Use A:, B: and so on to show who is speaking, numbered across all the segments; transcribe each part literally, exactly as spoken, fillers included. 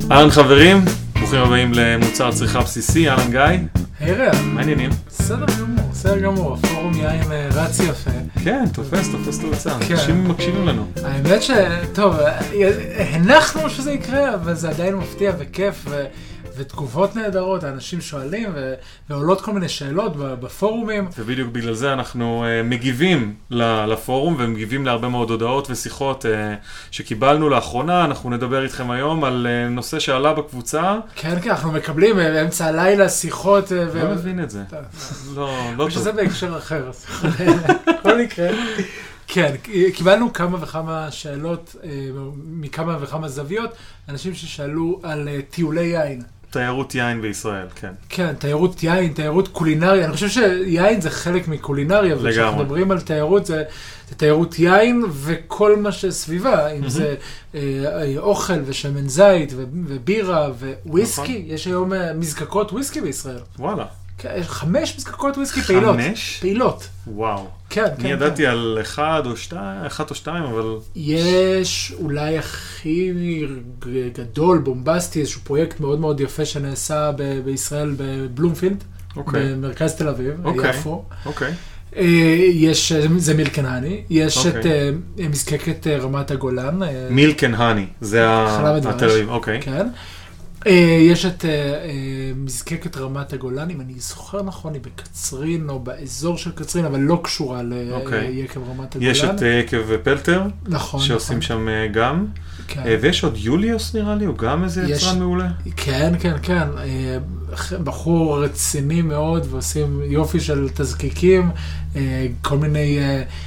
A: אהלן חברים, ברוכים הבאים למוצר צריכה בסיסי, אהלן גיא.
B: היי רע.
A: מה העניינים?
B: בסדר גמור, בסדר גמור, הפורום יין רץ יפה.
A: כן, תופס, תופס תאוצה,
B: כן.
A: אנשים מקשיבים לנו.
B: האמת ש... טוב, הנחנו שזה יקרה, אבל זה עדיין מפתיע וכיף, ו... ותגובות נהדרות, האנשים שואלים ו... ועולות כל מיני שאלות בפורומים.
A: ובדיוק בגלל זה אנחנו uh, מגיבים לפורום ומגיבים להרבה מאוד הודעות ושיחות uh, שקיבלנו לאחרונה. אנחנו נדבר איתכם היום על uh, נושא שעלה בקבוצה.
B: כן, כן, אנחנו מקבלים באמצע הלילה שיחות.
A: לא
B: ו...
A: מבין את זה. לא, לא טוב.
B: שזה בהקשר אחר. כל מקרה. כן, קיבלנו כמה וכמה שאלות מכמה וכמה זוויות, אנשים ששאלו על טיולי יין.
A: תיירות יין בישראל, כן.
B: כן, תיירות יין, תיירות קולינריה. אני חושב שיין זה חלק מקולינריה, וכשאנחנו מדברים על תיירות זה, זה תיירות יין וכל מה שסביבה, אם זה אה, אוכל ושמן זית ובירה וויסקי. נכון. יש היום מזקקות וויסקי בישראל.
A: וואלה.
B: יש חמש מזקקות וויסקי פעילות.
A: חמש?
B: פעילות.
A: וואו.
B: כן,
A: אני
B: כן.
A: ידעתי
B: כן.
A: על אחד או שתיים, אחת או שתיים, אבל...
B: יש אולי הכי גדול, בומבסטי, איזשהו פרויקט מאוד מאוד יפה שנעשה ב- בישראל בבלומפילד,
A: אוקיי.
B: במרכז תל אביב,
A: אוקיי.
B: יפו.
A: אוקיי.
B: יש, זה מילקן הני, יש
A: אוקיי.
B: את מזקקת רמת הגולן.
A: מילקן הני, זה
B: חלב
A: התל אביב, אוקיי.
B: כן. יש את מזקקת רמת הגולן, אם אני זוכר נכון, היא בקצרין או באזור של קצרין, אבל לא קשורה ליקב רמת הגולן.
A: יש את יקב פלטר,
B: נכון,
A: שעושים שם גם, ויש עוד יוליוס נראה לי, הוא גם איזה יצרן מעולה.
B: כן, כן, כן, בחור רציני מאוד, ועושים יופי של תזקיקים, כל מיני...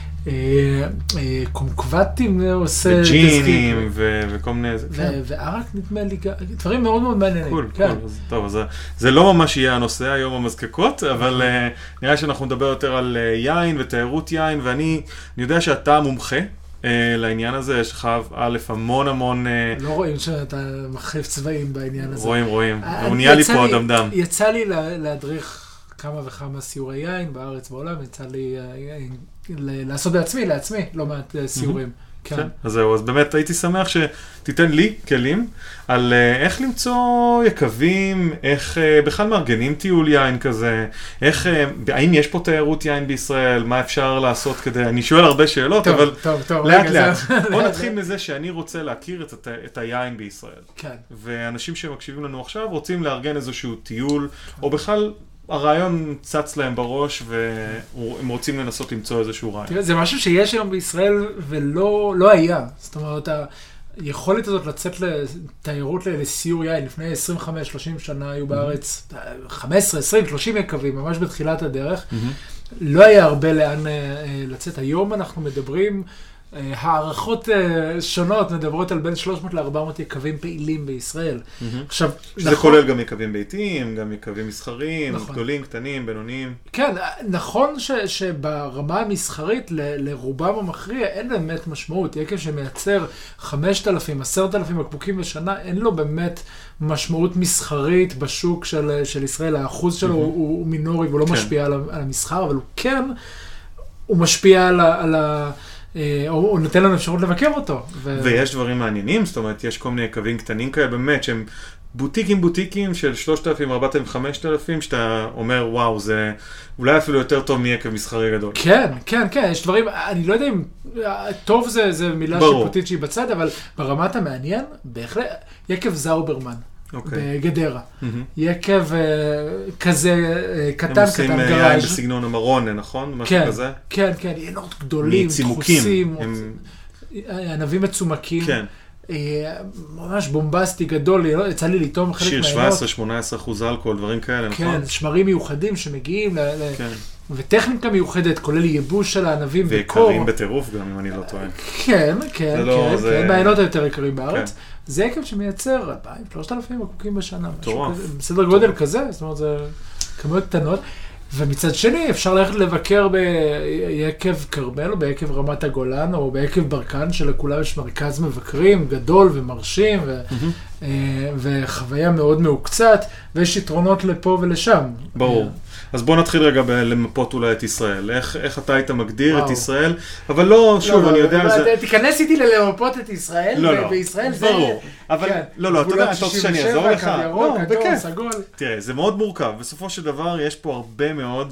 B: קומקווטים עושה
A: וג'ינים וכל מיני
B: וערק נדמה לי דברים מאוד מאוד מעניינים.
A: טוב, אז זה לא ממש יהיה הנושא היום המזקקות, אבל נראה שאנחנו נדבר יותר על יין ותיירות יין, ואני יודע שאתה מומחה לעניין הזה, יש לך א' המון המון...
B: לא רואים שאתה מחליף צבעים בעניין הזה.
A: רואים, רואים, הוא נהיה לי פה אדמדם.
B: יצא לי להדריך כמה וכמה סיורי יין בארץ בעולם, יצא לי לעשות בעצמי, לעצמי, לא מעט סיורים.
A: כן. אז זהו, אז באמת הייתי שמח שתיתן לי כלים על איך למצוא יקבים, איך בכלל מארגנים טיול יין כזה, איך, האם יש פה תיירות יין בישראל, מה אפשר לעשות כדי, אני שואל הרבה שאלות,
B: טוב,
A: אבל
B: טוב, טוב,
A: לאט
B: רגע,
A: לאט.
B: זה...
A: בוא נתחיל מזה שאני רוצה להכיר את, את היין בישראל.
B: כן.
A: ואנשים שמקשיבים לנו עכשיו רוצים לארגן איזשהו טיול, או בכלל... הרעיון צץ להם בראש, והם רוצים לנסות למצוא איזשהו רעיון.
B: תראה, זה משהו שיש היום בישראל, ולא לא היה. זאת אומרת, היכולת הזאת לצאת לתיירות לסיור יין, לפני עשרים וחמש שלושים שנה היו בארץ, חמש עשרה, עשרים, שלושים יקבים, ממש בתחילת הדרך. לא היה הרבה לאן לצאת. היום אנחנו מדברים... הערכות שונות מדברות על בין שלוש מאות לארבע מאות יקבים פעילים בישראל. עכשיו,
A: שזה כולל גם יקבים ביתיים, גם יקבים מסחריים, גדולים, קטנים, בינוניים.
B: כן, נכון שברמה המסחרית לרובם המכריע אין באמת משמעות. יקב שמייצר חמשת אלפים, עשרת אלפים בקבוקים בשנה, אין לו באמת משמעות מסחרית בשוק של ישראל. האחוז שלו הוא מינורי והוא לא משפיע על המסחר, אבל הוא כן, הוא משפיע על ה... הוא נותן לנו אפשרות לבקר אותו.
A: ויש דברים מעניינים, זאת אומרת, יש כל מיני יקבים קטנים כאלה, באמת, שהם בוטיקים בוטיקים של שלושת אלפים, ארבעת אלפים, חמשת אלפים, שאתה אומר, וואו, זה אולי אפילו יותר טוב מיקב מסחרי גדול.
B: כן, כן, כן, יש דברים, אני לא יודע אם טוב זה מילה שיפוטית שהיא בצד, אבל ברמת המעניין, בהחלט, יקב זאוברמן. בגדרה. יקב כזה קטן, קטן גראז'.
A: הם עושים יין בסגנון המרונה, נכון? משהו כזה?
B: כן, כן, יינות גדולים, דחוסים, ענבים מצומקים.
A: כן.
B: ממש בומבסטי גדול, יצא לי לטעום חלק מהיינות.
A: שיר שבע עשרה שמונה עשרה אחוז אלכוהול, דברים כאלה, נכון?
B: כן, שמרים מיוחדים שמגיעים, וטכניקה מיוחדת, כולל ייבוש של הענבים וקור.
A: ויקרים בטירוף גם, אם אני לא טועה.
B: כן, כן, כן, מהיינות היותר יקרים בארץ. זה יקב שמייצר אלפיים שלושת אלפים בקבוקים בשנה. בסדר גודל כזה, זאת אומרת, זה כמויות קטנות. ומצד שני, אפשר ללכת לבקר ביקב קרמל, או ביקב רמת הגולן, או ביקב ברקן, שלכולם יש מרכז מבקרים גדול ומרשים, וחוויה מאוד מעוקצת, ויש יתרונות לפה ולשם.
A: ברור. אז בוא נתחיל רגע למפות אולי את ישראל. איך, איך אתה היית מגדיר את ישראל? אבל לא, שוב, אני יודע...
B: תיכנס איתי ללמפות את ישראל, ובישראל זה...
A: ברור. אבל לא, לא, אתה יודע, אתה רוצה שאני אעזור לך?
B: לא, בכיף.
A: תראה, זה מאוד מורכב. בסופו של דבר יש פה הרבה מאוד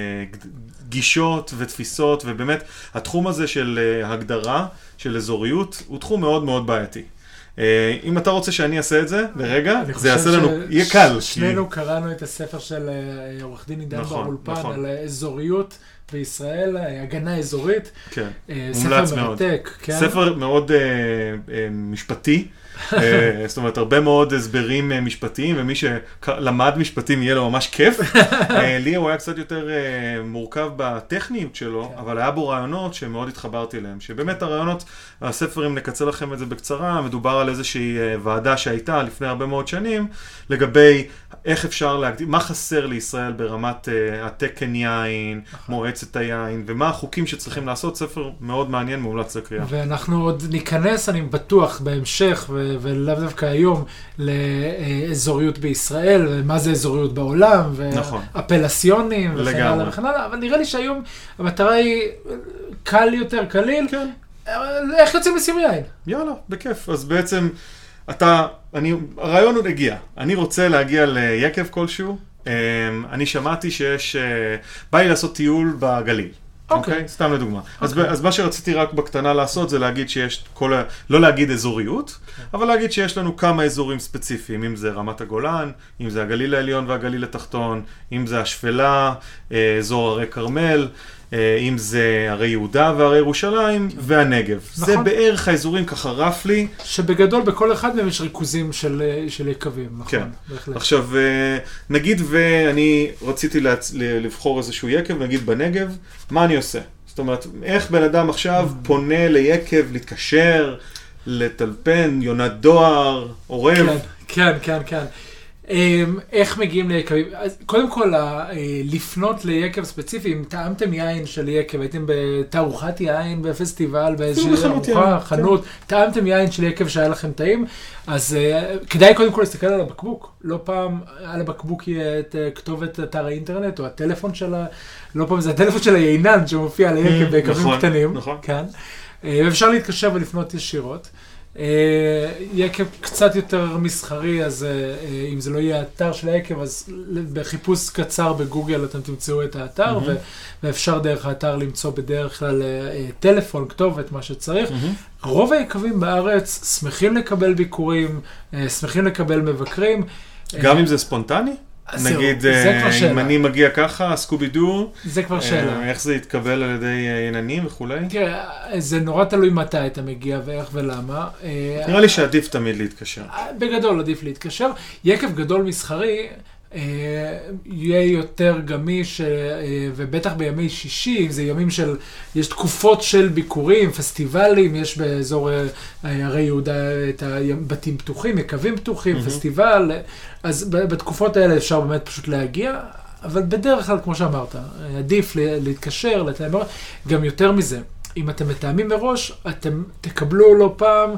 A: גישות ותפיסות, ובאמת התחום הזה של הגדרה, של אזוריות, הוא תחום מאוד מאוד בעייתי. אם אתה רוצה שאני אעשה את זה, לרגע, זה יעשה לנו, יהיה קל.
B: שנינו קראנו את הספר של עורך דין עידן בר-אולפן על אזוריות בישראל, הגנה אזורית.
A: כן,
B: מומלץ מאוד.
A: ספר מאוד משפטי, זאת אומרת, הרבה מאוד הסברים משפטיים, ומי שלמד משפטים יהיה לו ממש כיף. לי הוא היה קצת יותר מורכב בטכניות שלו, אבל היה בו רעיונות שמאוד התחברתי אליהם, שבאמת הרעיונות, הספר, אם נקצר לכם את זה בקצרה, מדובר על איזושהי ועדה שהייתה לפני הרבה מאוד שנים, לגבי איך אפשר להגדיר, מה חסר לישראל ברמת התקן יין, מועצת היין, ומה החוקים שצריכים לעשות. ספר מאוד מעניין, מומלץ לקריאה.
B: ואנחנו עוד ניכנס, אני בטוח, בהמשך, ולאו דווקא היום, לאזוריות בישראל, ומה זה אזוריות בעולם, והפלסיונים, וכן הלאה וכן הלאה, אבל נראה לי שהיום המטרה היא קל יותר, קליל.
A: כן.
B: איך יוצאים לסיום יין?
A: יאללה, בכיף. אז בעצם, אתה, אני, הרעיון עוד הגיע. אני רוצה להגיע ליקב כלשהו. אני שמעתי שיש, בא לי לעשות טיול בגליל. אוקיי, סתם לדוגמה. אז מה שרציתי רק בקטנה לעשות זה להגיד שיש כל, לא להגיד אזוריות, אבל להגיד שיש לנו כמה אזורים ספציפיים, אם זה רמת הגולן, אם זה הגליל העליון והגליל התחתון, אם זה השפלה, אזור הרי כרמל, אם זה הרי יהודה והרי ירושלים והנגב. זה בערך האזורים ככה רפלי.
B: שבגדול בכל אחד מהם יש ריכוזים של יקבים, נכון?
A: כן. עכשיו, נגיד ואני רציתי לבחור איזשהו יקב, נגיד בנגב, מה אני עושה? זאת אומרת, איך בן אדם עכשיו פונה ליקב, להתקשר, לטלפן, יונת דואר, עורב?
B: כן, כן, כן. איך מגיעים ליקבים? קודם כל, לפנות ליקב ספציפי, אם טעמתם יין של יקב, הייתם בתערוכת יין, בפסטיבל, באיזושהי ארוחה, חנות, טעמתם יין של יקב שהיה לכם טעים, אז כדאי קודם כל להסתכל על הבקבוק. לא פעם על הבקבוק יהיה את כתובת אתר האינטרנט, או הטלפון של ה... לא פעם זה הטלפון של היינן שמופיע על היקב ביקבים קטנים.
A: נכון.
B: כן. ואפשר להתקשר ולפנות ישירות. יקב קצת יותר מסחרי, אז אם זה לא יהיה האתר של היקב, אז בחיפוש קצר בגוגל אתם תמצאו את האתר, ואפשר דרך האתר למצוא בדרך כלל טלפון, כתובת, מה שצריך. רוב היקבים בארץ שמחים לקבל ביקורים, שמחים לקבל מבקרים.
A: גם אם זה ספונטני? נגיד, אם אני מגיע ככה, סקובי דו,
B: זה כבר שאלה.
A: איך זה יתקבל על ידי עיננים וכולי?
B: תראה, זה נורא תלוי מתי אתה מגיע ואיך ולמה.
A: נראה לי שעדיף תמיד להתקשר.
B: בגדול עדיף להתקשר. יקב גדול מסחרי יהיה יותר גמיש, ובטח בימי שישי, זה ימים של, יש תקופות של ביקורים, פסטיבלים, יש באזור הרי יהודה את הבתים פתוחים, יקבים פתוחים, פסטיבל, אז בתקופות האלה אפשר באמת פשוט להגיע, אבל בדרך כלל, כמו שאמרת, עדיף להתקשר, לתאם, גם יותר מזה, אם אתם מתאמים מראש, אתם תקבלו לא פעם,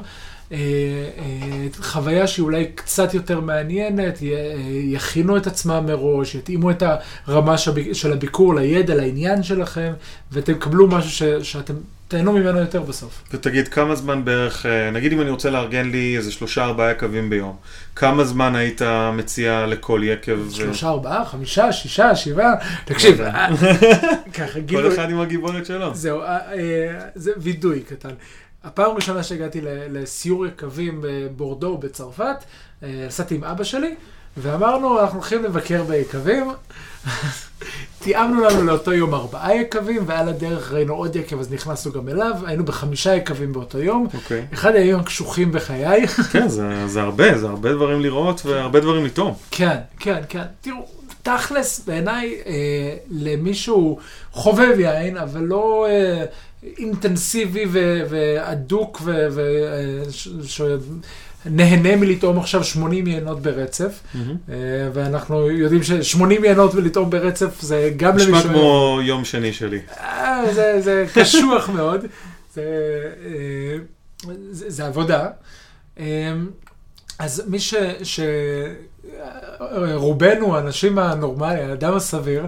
B: חוויה שהיא אולי קצת יותר מעניינת, יכינו את עצמם מראש, יתאימו את הרמה של הביקור לידע, לעניין שלכם, ואתם קבלו משהו שאתם תהנו ממנו יותר בסוף.
A: ותגיד, כמה זמן בערך, נגיד אם אני רוצה לארגן לי איזה שלושה ארבעה יקבים ביום, כמה זמן היית מציע לכל יקב?
B: שלושה ארבעה, חמישה, שישה, שבעה, תקשיב,
A: כל אחד עם הגיבונת שלו.
B: זהו, זה וידוי קטן. הפעם הראשונה שהגעתי לסיור יקבים בבורדו בצרפת, נסעתי עם אבא שלי, ואמרנו, אנחנו הולכים לבקר ביקבים. תיאמנו לנו לאותו יום ארבעה יקבים, ועל הדרך ראינו עוד יקב, אז נכנסנו גם אליו. היינו בחמישה יקבים באותו יום.
A: Okay.
B: אחד היום הקשוחים בחיי.
A: כן, זה, זה הרבה, זה הרבה דברים לראות והרבה דברים לטעום.
B: כן, כן, כן. תראו, תכלס בעיניי אה, למישהו חובב יין, אבל לא... אה, אינטנסיבי ועדוק ונהנה מלטעום עכשיו שמונים יינות ברצף, ואנחנו יודעים ש-שמונים יינות ולטעום ברצף זה גם למישהו...
A: נשמע כמו יום שני שלי.
B: זה קשוח מאוד, זה עבודה. אז מי רובנו, האנשים הנורמליים, האדם הסביר,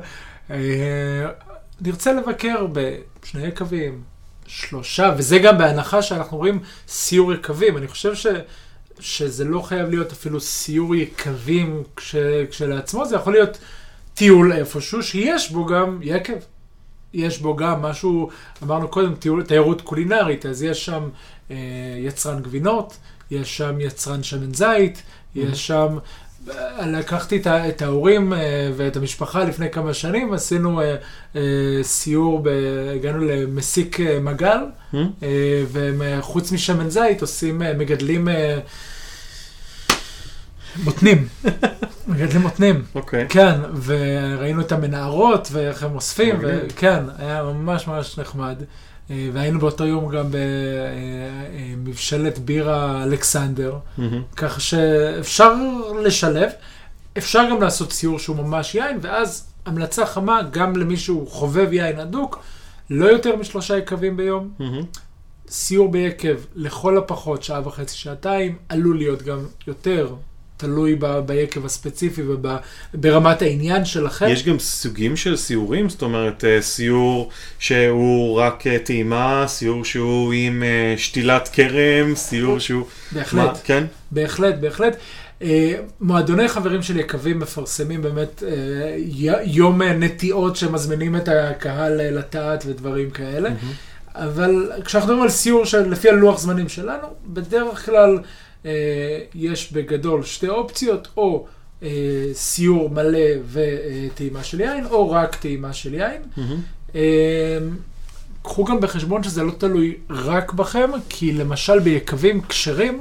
B: נרצה לבקר בשני יקבים, שלושה, וזה גם בהנחה שאנחנו רואים סיור יקבים. אני חושב ש... שזה לא חייב להיות אפילו סיור יקבים כש... כשלעצמו, זה יכול להיות טיול איפשהו שיש בו גם יקב. יש בו גם משהו, אמרנו קודם, טיול, תיירות קולינרית, אז יש שם אה, יצרן גבינות, יש שם יצרן שמן זית, mm-hmm. יש שם... לקחתי את ההורים ואת המשפחה לפני כמה שנים, עשינו סיור, הגענו למסיק מגל, וחוץ משמן זית עושים, מגדלים מותנים, מגדלים מותנים.
A: אוקיי.
B: כן, וראינו את המנערות ואיך הם אוספים, וכן, היה ממש ממש נחמד. והיינו באותו יום גם במבשלת בירה אלכסנדר, כך שאפשר לשלב, אפשר גם לעשות סיור שהוא ממש יין, ואז המלצה חמה גם למישהו חובב יין אדוק, לא יותר משלושה יקבים ביום, סיור ביקב לכל הפחות שעה וחצי, שעתיים, עלול להיות גם יותר, תלוי ב- ביקב הספציפי וברמת העניין שלכם.
A: יש גם סוגים של סיורים, זאת אומרת, סיור שהוא רק טעימה, סיור שהוא עם שתילת קרם, סיור שהוא...
B: בהחלט,
A: מה, כן?
B: בהחלט, בהחלט. מועדוני חברים של יקבים מפרסמים באמת יום נטיעות שמזמינים את הקהל לטעת ודברים כאלה. אבל כשאנחנו מדברים על סיור שלפי הלוח זמנים שלנו, בדרך כלל... יש בגדול שתי אופציות, או סיור מלא וטעימה של יין, או רק טעימה של יין. קחו גם בחשבון שזה לא תלוי רק בכם, כי למשל ביקבים כשרים,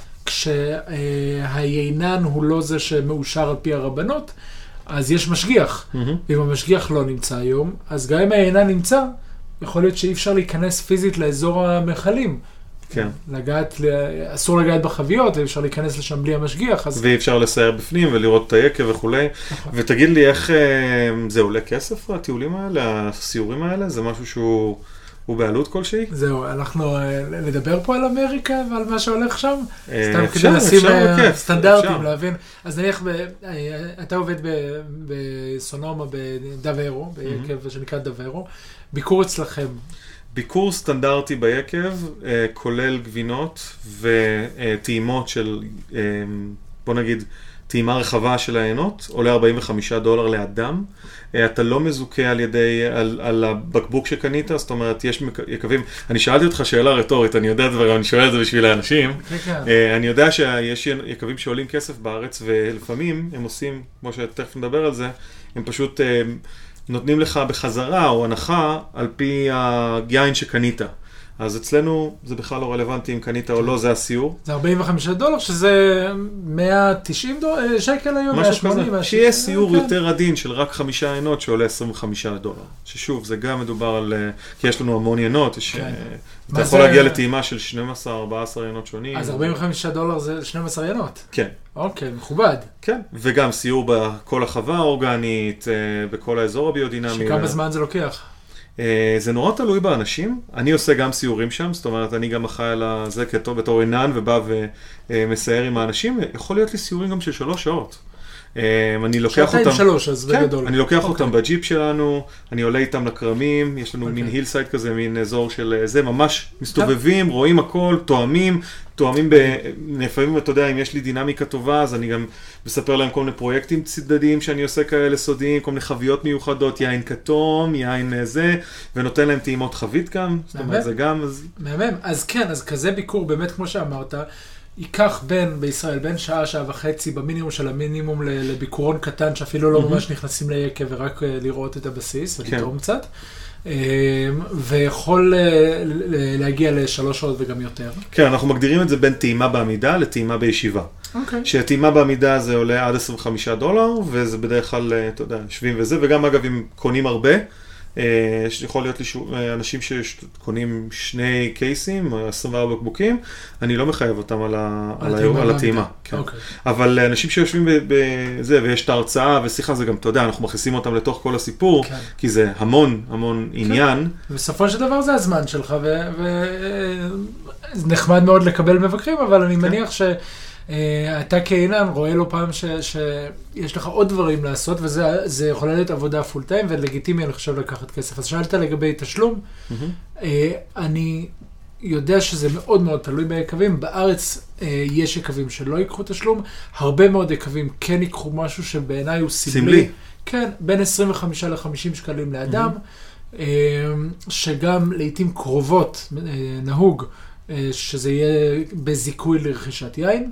B: כשהיינן הוא לא זה שמאושר על פי הרבנות, אז יש משגיח. ואם המשגיח לא נמצא היום, אז גם אם היינן נמצא, יכול להיות שאי אפשר להיכנס פיזית לאזור המחלים.
A: כן.
B: לגעת, אסור לגעת בחביות, ואפשר להיכנס לשם בלי המשגיח. אז...
A: ואי אפשר לסייר בפנים ולראות את היקב וכולי. ותגיד לי איך זה עולה כסף, הטיולים האלה, הסיורים האלה? זה משהו שהוא הוא בעלות כלשהי?
B: זהו, אנחנו נדבר פה על אמריקה ועל מה שהולך שם?
A: סתם כדי לשים
B: סטנדרטים, להבין. אז נניח, אתה עובד בסונומה בדוורו, ביקב שנקרא דוורו, ביקור אצלכם.
A: ביקור סטנדרטי ביקב, כולל גבינות וטעימות של, בוא נגיד, טעימה רחבה של העיינות, עולה ארבעים וחמישה דולר לאדם. אתה לא מזוכה על ידי, על, על הבקבוק שקנית, זאת אומרת, יש יקבים, אני שאלתי אותך שאלה רטורית, אני יודע דבר, אני שואל את זה בשביל האנשים. אני יודע שיש יקבים שעולים כסף בארץ, ולפעמים הם עושים, כמו שתכף נדבר על זה, הם פשוט... נותנים לך בחזרה או הנחה על פי היין שקנית. אז אצלנו זה בכלל לא רלוונטי אם קנית או לא, זה הסיור.
B: זה ארבעים וחמישה דולר, שזה מאה ותשעים שקל היום, מאה ושמונים.
A: שיהיה סיור יותר עדין של רק חמישה עיינות שעולה עשרים וחמישה דולר. ששוב, זה גם מדובר על, כי יש לנו המון עיינות, אתה יכול להגיע לטעימה של שנים עשר ארבע עשרה עיינות שונים.
B: אז ארבעים וחמישה דולר זה שנים עשר עיינות?
A: כן.
B: אוקיי, מכובד.
A: כן, וגם סיור בכל החווה האורגנית, בכל האזור הביודינמי.
B: שכמה זמן זה לוקח?
A: זה נורא תלוי באנשים. אני עושה גם סיורים שם, זאת אומרת, אני גם אחראי על זה בתור עינן ובא ומסייר עם האנשים. יכול להיות לי סיורים גם של שלוש שעות. אני לוקח אותם,
B: שלוש, אז
A: כן,
B: בגדול.
A: אני לוקח אותם בג'יפ שלנו, אני עולה איתם לקרמים, יש לנו מין הילסייד כזה, מין אזור של זה, ממש מסתובבים, רואים הכל, תואמים, תואמים לפעמים, אתה יודע, אם יש לי דינמיקה טובה, אז אני גם מספר להם כל מיני פרויקטים צדדיים שאני עושה כאלה סודיים, כל מיני חוויות מיוחדות, יין כתום, יין זה, ונותן להם טעימות חבית גם, זאת אומרת, זה גם...
B: מהמם, אז כן, אז כזה ביקור, באמת כמו שאמרת, ייקח בין, בישראל, בין שעה, שעה וחצי, במינימום של המינימום לביקורון קטן, שאפילו לא ממש נכנסים ליקב, ורק לראות את הבסיס, ולתרום קצת. ויכול להגיע לשלוש שעות וגם יותר.
A: כן, אנחנו מגדירים את זה בין טעימה בעמידה לטעימה בישיבה. שטעימה בעמידה זה עולה עד עשרים וחמישה דולר, וזה בדרך כלל, אתה יודע, שווים וזה, וגם אגב, אם קונים הרבה, יכול להיות לי אנשים שקונים שני קייסים, עשרים וארבע בקבוקים, אני לא מחייב אותם על הטעימה. אבל אנשים שיושבים בזה, ויש את ההרצאה ושיחה, זה גם, אתה יודע, אנחנו מכניסים אותם לתוך כל הסיפור, כי זה המון, המון עניין.
B: בסופו של דבר זה הזמן שלך, ונחמד מאוד לקבל מבקרים, אבל אני מניח ש... אתה כאינן רואה לו פעם שיש לך עוד דברים לעשות, וזה יכול להיות עבודה פול טיים, ולגיטימי אני חושב לקחת כסף. אז שאלת לגבי תשלום, אני יודע שזה מאוד מאוד תלוי ביקבים. בארץ יש יקבים שלא ייקחו תשלום, הרבה מאוד יקבים כן ייקחו משהו שבעיניי הוא סמלי. כן, בין עשרים וחמישה ל-חמישים שקלים לאדם, שגם לעתים קרובות נהוג, שזה יהיה בזיכוי לרכישת יין,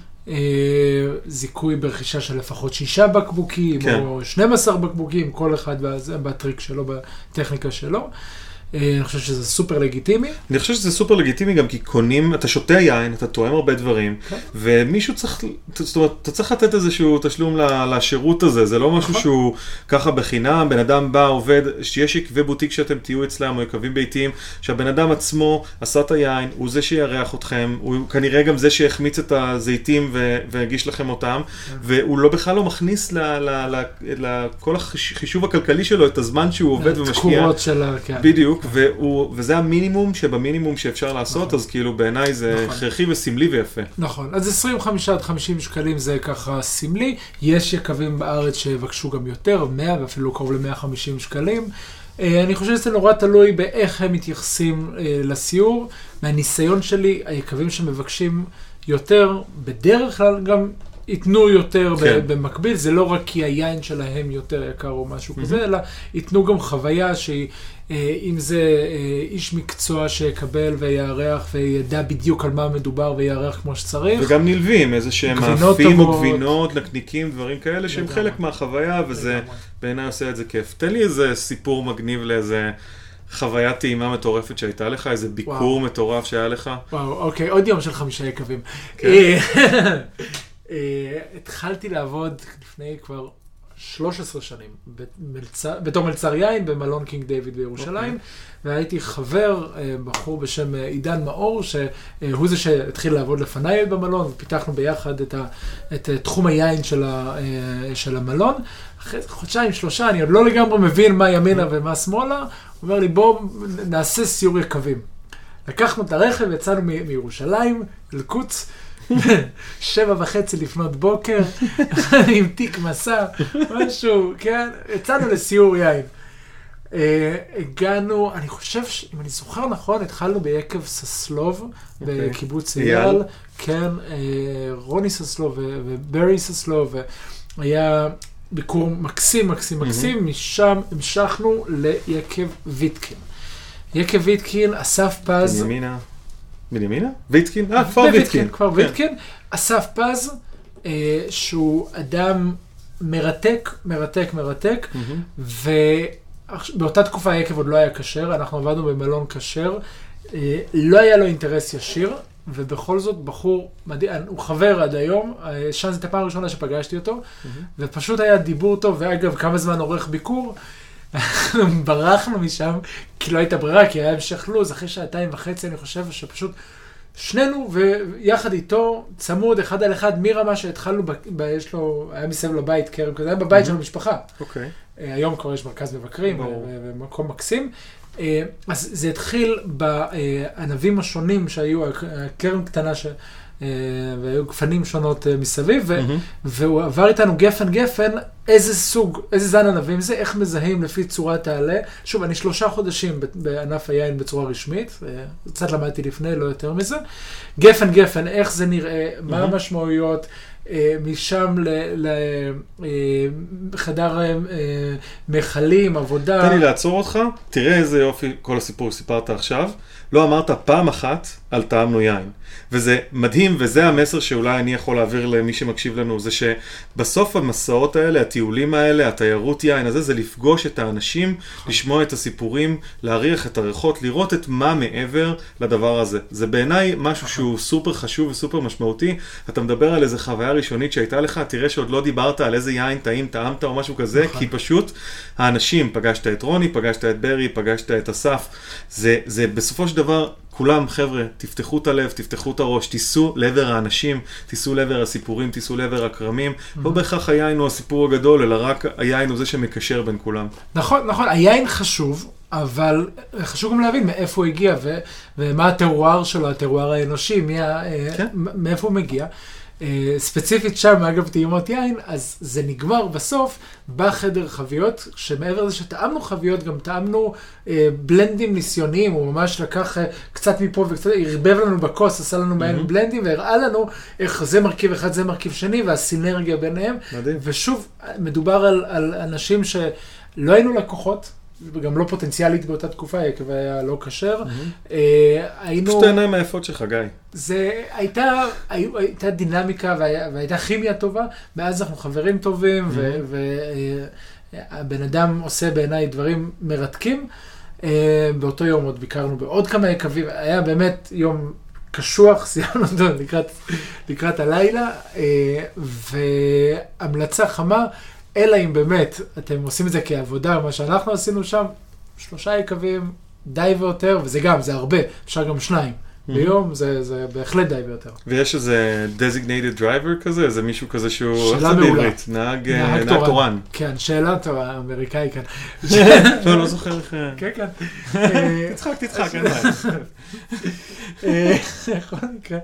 B: זיכוי ברכישה של לפחות שישה בקבוקים, או שנים עשר בקבוקים, כל אחד בטריק שלו, בטכניקה שלו. אני חושב שזה סופר לגיטימי.
A: אני חושב שזה סופר לגיטימי גם כי קונים, אתה שותה יין, אתה תואם הרבה דברים, ומישהו צריך, זאת אומרת, אתה צריך לתת איזשהו תשלום לשירות הזה, זה לא משהו שהוא ככה בחינם, בן אדם בא, עובד, שיש יקבי בוטיק שאתם תהיו אצלם, או יקבים ביתיים, שהבן אדם עצמו עשה את היין, הוא זה שירח אתכם, הוא כנראה גם זה שיחמיץ את הזיתים ויגיש לכם אותם, והוא לא בכלל לא מכניס לכל החישוב הכלכלי שלו את הזמן שהוא עובד ומשקיע. בדיוק. והוא, וזה המינימום שבמינימום שאפשר לעשות, נכון. אז כאילו בעיניי זה נכון. הכרחי וסמלי ויפה.
B: נכון, אז עשרים וחמישה עד חמישים שקלים זה ככה סמלי, יש יקבים בארץ שיבקשו גם יותר, מאה ואפילו קרוב ל-מאה וחמישים שקלים. אני חושב שזה נורא תלוי באיך הם מתייחסים לסיור. מהניסיון שלי, היקבים שמבקשים יותר, בדרך כלל גם ייתנו יותר כן. במקביל, זה לא רק כי היין שלהם יותר יקר או משהו mm-hmm. כזה, אלא ייתנו גם חוויה שהיא, אם זה איש מקצוע שיקבל ויערך וידע בדיוק על מה מדובר ויערך כמו שצריך.
A: וגם נלווים, איזה שהם מאפים או גבינות, נקניקים, דברים כאלה שהם חלק מהחוויה, וזה בעיניי עושה את זה כיף. תן לי איזה סיפור מגניב לאיזה חוויה טעימה מטורפת שהייתה לך, איזה ביקור וואו. מטורף שהיה לך.
B: וואו, אוקיי, עוד יום של חמישה יקבים. כן. התחלתי לעבוד לפני כבר שלוש עשרה שנים בתור מלצר יין במלון קינג דיוויד בירושלים, והייתי חבר בחור בשם עידן מאור, שהוא זה שהתחיל לעבוד לפניי במלון, ופיתחנו ביחד את תחום היין של המלון. אחרי חודשיים, שלושה, אני עוד לא לגמרי מבין מה ימינה ומה שמאלה, הוא אומר לי בוא נעשה סיור יקבים. לקחנו את הרכב, יצאנו מירושלים לקוץ, שבע וחצי לפנות בוקר, עם תיק מסע, משהו, כן? יצאנו לסיור יין. הגענו, אני חושב, אם אני זוכר נכון, התחלנו ביקב ססלוב, בקיבוץ אייל, כן, רוני ססלוב וברי ססלוב, היה ביקור מקסים, מקסים, מקסים, משם המשכנו ליקב ויטקין. יקב ויטקין, אסף פז,
A: בנימינה. בנימינה? ויטקין? אה, כבר ויטקין.
B: כבר ויטקין. אסף פז, שהוא אדם מרתק, מרתק, מרתק, ובאותה תקופה היקב עוד לא היה כשר, אנחנו עבדנו במלון כשר, לא היה לו אינטרס ישיר, ובכל זאת בחור מדהים, הוא חבר עד היום, שם זאת הפעם הראשונה שפגשתי אותו, ופשוט היה דיבור טוב, ואגב, כמה זמן עורך ביקור, ברחנו משם, כי לא הייתה ברירה, כי היה המשך לוז, אחרי שעתיים וחצי אני חושב שפשוט שנינו ויחד איתו צמוד אחד על אחד מרמה שהתחלנו, ב... יש לו, היה מסביב לבית קרם כזה, היה בבית של המשפחה.
A: אוקיי.
B: היום כבר יש מרכז מבקרים ומקום מקסים. אז זה התחיל בענבים השונים שהיו, הקרם קטנה ש... והיו גפנים שונות מסביב, והוא עבר איתנו גפן גפן, איזה סוג, איזה זן ענבים זה, איך מזהים לפי צורת העלה. שוב, אני שלושה חודשים בענף היין בצורה רשמית, קצת למדתי לפני, לא יותר מזה. גפן גפן, איך זה נראה, מה המשמעויות, משם לחדר מחלים, עבודה.
A: תן לי לעצור אותך, תראה איזה יופי כל הסיפור שסיפרת עכשיו. לא אמרת פעם אחת על טעמנו יין. וזה מדהים, וזה המסר שאולי אני יכול להעביר למי שמקשיב לנו, זה שבסוף המסעות האלה, הטיולים האלה, התיירות יין הזה, זה לפגוש את האנשים, לשמוע את הסיפורים, להריח את הריחות, לראות את מה מעבר לדבר הזה. זה בעיניי משהו שהוא סופר חשוב וסופר משמעותי. אתה מדבר על איזו חוויה ראשונית שהייתה לך, תראה שעוד לא דיברת על איזה יין טעים, טעמת או משהו כזה, כי פשוט האנשים, פגשת את רוני, פגשת את ברי, פגשת את אסף, זה, זה בסופו של דבר, כולם, חבר'ה, תפתחו את הלב, תפתחו את הראש, תיסעו לעבר האנשים, תיסעו לעבר הסיפורים, תיסעו לעבר הקרמים. לא בהכרח היין הוא הסיפור הגדול, אלא רק היין הוא זה שמקשר בין כולם.
B: נכון, נכון, היין חשוב, אבל חשוב גם להבין מאיפה הוא הגיע, ומה הטרואר שלו, הטרואר האנושי, מאיפה הוא מגיע. ספציפית שם, אגב, טעימות יין, אז זה נגמר בסוף בחדר חביות, שמעבר לזה שטעמנו חביות, גם טעמנו בלנדים ניסיוניים, הוא ממש לקח קצת מפה וקצת, הרבב לנו בכוס, עשה לנו מהם בלנדים, והראה לנו איך זה מרכיב אחד, זה מרכיב שני, והסינרגיה ביניהם. מדהים. ושוב, מדובר על, על אנשים שלא היינו לקוחות, וגם לא פוטנציאלית באותה תקופה, יקב היה לא קשר. היינו...
A: פשוט העיניים היפות שלך, גיא.
B: זה הייתה, הייתה דינמיקה והייתה כימיה טובה, מאז אנחנו חברים טובים, והבן אדם עושה בעיניי דברים מרתקים. באותו יום עוד ביקרנו בעוד כמה יקבים, היה באמת יום קשוח, סיימנו אותו לקראת, לקראת הלילה, והמלצה חמה, אלא אם באמת אתם עושים את זה כעבודה, מה שאנחנו עשינו שם, שלושה יקבים, די ויותר, וזה גם, זה הרבה, אפשר גם שניים. ביום זה, זה בהחלט די ויותר.
A: ויש איזה designated driver כזה, איזה מישהו כזה שהוא...
B: שאלה מעולה.
A: נהג, נהג תורן. תורן.
B: כן, שאלה תורן, אמריקאי כאן.
A: לא, לא זוכר איך...
B: כן, כן.
A: תצחק, תצחק, אין
B: בעיה.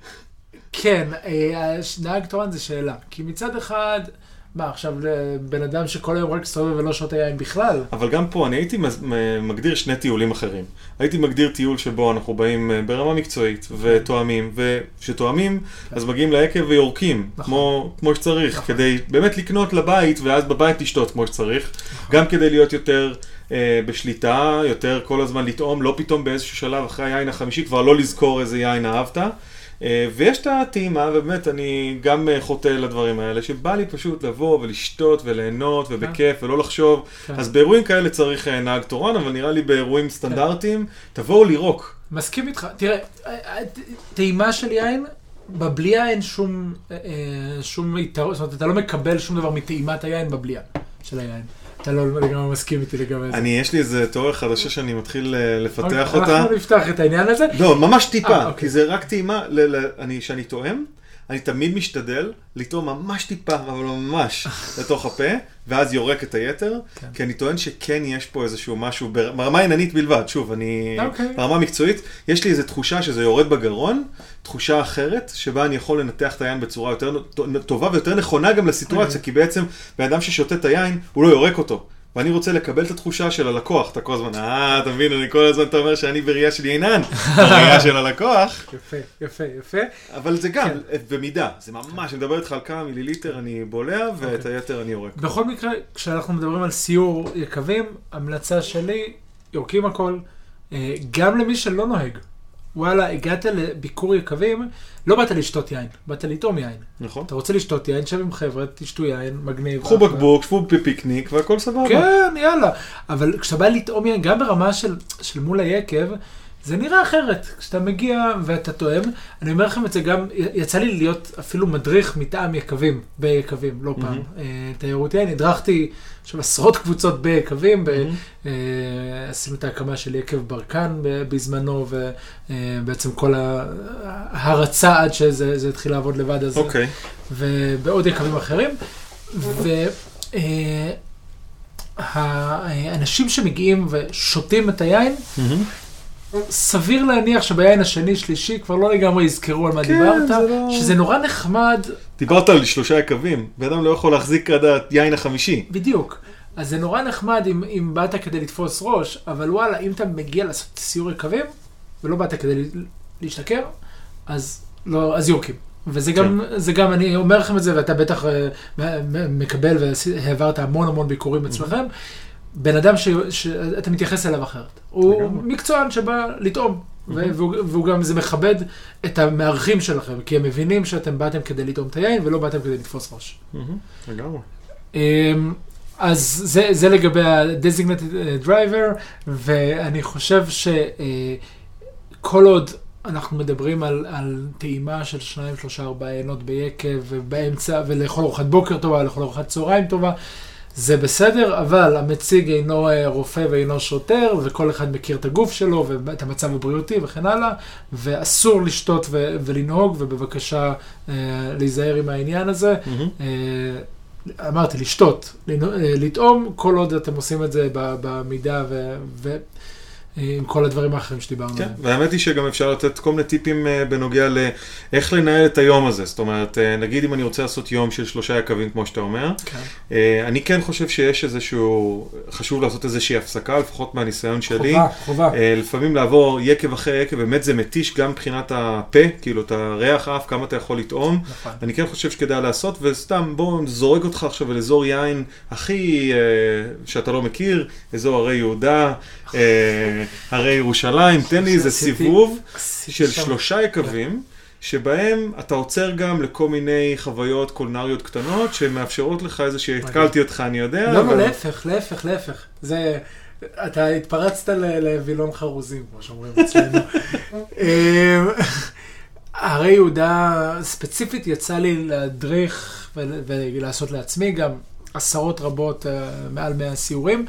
B: כן, נהג תורן זה שאלה. כי מצד אחד... מה, עכשיו בן אדם שכל היום רק סובב ולא שותה יין בכלל?
A: אבל גם פה אני הייתי מגדיר שני טיולים אחרים. הייתי מגדיר טיול שבו אנחנו באים ברמה מקצועית ותואמים, וכשתואמים אז מגיעים ליקב ויורקים, כמו, כמו שצריך, כדי באמת לקנות לבית ואז בבית לשתות כמו שצריך, גם כדי להיות יותר אה, בשליטה, יותר כל הזמן לטעום, לא פתאום באיזשהו שלב אחרי היין החמישי כבר לא לזכור איזה יין אהבת. ויש את הטעימה, ובאמת אני גם חוטא לדברים האלה, שבא לי פשוט לבוא ולשתות וליהנות ובכיף ולא לחשוב. אז באירועים כאלה צריך נהג תורן, אבל נראה לי באירועים סטנדרטיים, תבואו לירוק.
B: מסכים איתך. תראה, טעימה של יין, בבליעה אין שום, שום יתרון, זאת אומרת, אתה לא מקבל שום דבר מטעימת היין בבליעה של היין. אתה לא לגמרי מסכים איתי לגבי זה.
A: אני, יש לי איזה תיאוריה חדשה שאני מתחיל לפתח אותה.
B: אנחנו נפתח את העניין הזה.
A: לא, ממש טיפה, כי זה רק טעימה, שאני טועם, אני תמיד משתדל לטעום ממש טיפה, אבל ממש לתוך הפה, ואז יורק את היתר, כי אני טוען שכן יש פה איזשהו משהו, ברמה עיננית בלבד, שוב, אני, ברמה מקצועית, יש לי איזו תחושה שזה יורד בגרון, תחושה אחרת, שבה אני יכול לנתח את היין בצורה יותר טובה ויותר נכונה גם לסיטואציה, כי בעצם באדם ששותה את היין, הוא לא יורק אותו. ואני רוצה לקבל את התחושה של הלקוח, אתה כל הזמן, אה, אתה מבין, אני כל הזמן אתה אומר שאני בראייה של יינן, בראייה של הלקוח.
B: יפה, יפה, יפה.
A: אבל זה גם, במידה, זה ממש, אני מדבר איתך על כמה מיליליטר אני בולע, ואת היתר אני יורק.
B: בכל מקרה, כשאנחנו מדברים על סיור יקבים, המלצה שלי, יורקים הכל, גם למי שלא נוהג. וואלה, הגעת לביקור יקבים, לא באת לשתות יין, באת לטעום יין.
A: נכון.
B: אתה רוצה לשתות יין, שב עם חבר'ה, תשתו יין, מגניב.
A: קחו בקבוק, שפו בפיקניק, והכל סבבה.
B: כן, יאללה. אבל כשאתה בא לטעום יין, גם ברמה של, של מול היקב, זה נראה אחרת. כשאתה מגיע ואתה טועם, אני אומר לכם את זה גם, יצא לי להיות אפילו מדריך מטעם יקבים, ביקבים, לא פעם. Mm-hmm. תיירות יין, הדרכתי עכשיו עשרות קבוצות ביקבים, mm-hmm. עשינו את ההקמה של יקב ברקן בזמנו, ובעצם כל ההרצה עד שזה התחיל לעבוד לבד הזה,
A: okay.
B: ובעוד יקבים אחרים. והאנשים שמגיעים ושותים את היין, mm-hmm. סביר להניח שביין השני, שלישי, כבר לא לגמרי יזכרו על מה כן, דיברת, לא... שזה נורא נחמד.
A: דיברת על שלושה יקבים, ואדם לא יכול להחזיק עד היין החמישי.
B: בדיוק. אז זה נורא נחמד אם, אם באת כדי לתפוס ראש, אבל וואלה, אם אתה מגיע לעשות סיור יקבים, ולא באת כדי להשתכר, אז, לא, אז יורקים. וזה כן. גם, זה גם, אני אומר לכם את זה, ואתה בטח מקבל והעברת המון המון ביקורים אצלכם, mm-hmm. בן אדם ש, שאתה מתייחס אליו אחרת. הוא מקצוען שבא לטעום, mm-hmm. והוא, והוא גם, זה מכבד את המארחים שלכם, כי הם מבינים שאתם באתם כדי לטעום את היין, ולא באתם כדי לתפוס ראש.
A: Mm-hmm. לגמרי.
B: אז זה, זה לגבי ה-designated driver, ואני חושב שכל עוד אנחנו מדברים על, על טעימה של שניים, שלושה, ארבעה עינות ביקב, ובאמצע, ולאכול ארוחת בוקר טובה, לאכול ארוחת צהריים טובה, זה בסדר, אבל המציג אינו רופא ואינו שוטר, וכל אחד מכיר את הגוף שלו, ואת המצב הבריאותי וכן הלאה, ואסור לשתות ו- ולנהוג, ובבקשה אה, להיזהר עם העניין הזה. Mm-hmm. אה, אמרתי, לשתות, לטעום, כל עוד אתם עושים את זה במידה ו... ו עם כל הדברים האחרים שדיברנו.
A: כן, והאמת היא שגם אפשר לתת כל מיני טיפים בנוגע לאיך לנהל את היום הזה. זאת אומרת, נגיד אם אני רוצה לעשות יום של שלושה יקבים, כמו שאתה אומר, כן. אני כן חושב שיש איזשהו, חשוב לעשות איזושהי הפסקה, לפחות מהניסיון שלי.
B: חובה, חובה.
A: לפעמים לעבור יקב אחרי יקב, באמת זה מתיש גם מבחינת הפה, כאילו את הריח אף, כמה אתה יכול לטעום. נכון. אני כן חושב שכדאי לעשות, וסתם בוא נזורק אותך עכשיו על אזור יין הכי, שאתה לא מכיר, אזור הרי יהודה, הרי ירושלים, תן לי איזה סיבוב של שלושה יקבים, שבהם אתה עוצר גם לכל מיני חוויות קולנריות קטנות, שמאפשרות לך איזה שהתקלתי אותך, אני יודע.
B: לא, לא, להפך, להפך, להפך. זה, אתה התפרצת לווילון חרוזים, כמו שאומרים אצלנו. הרי יהודה ספציפית יצא לי להדריך ולעשות לעצמי גם עשרות רבות מעל מאה סיורים.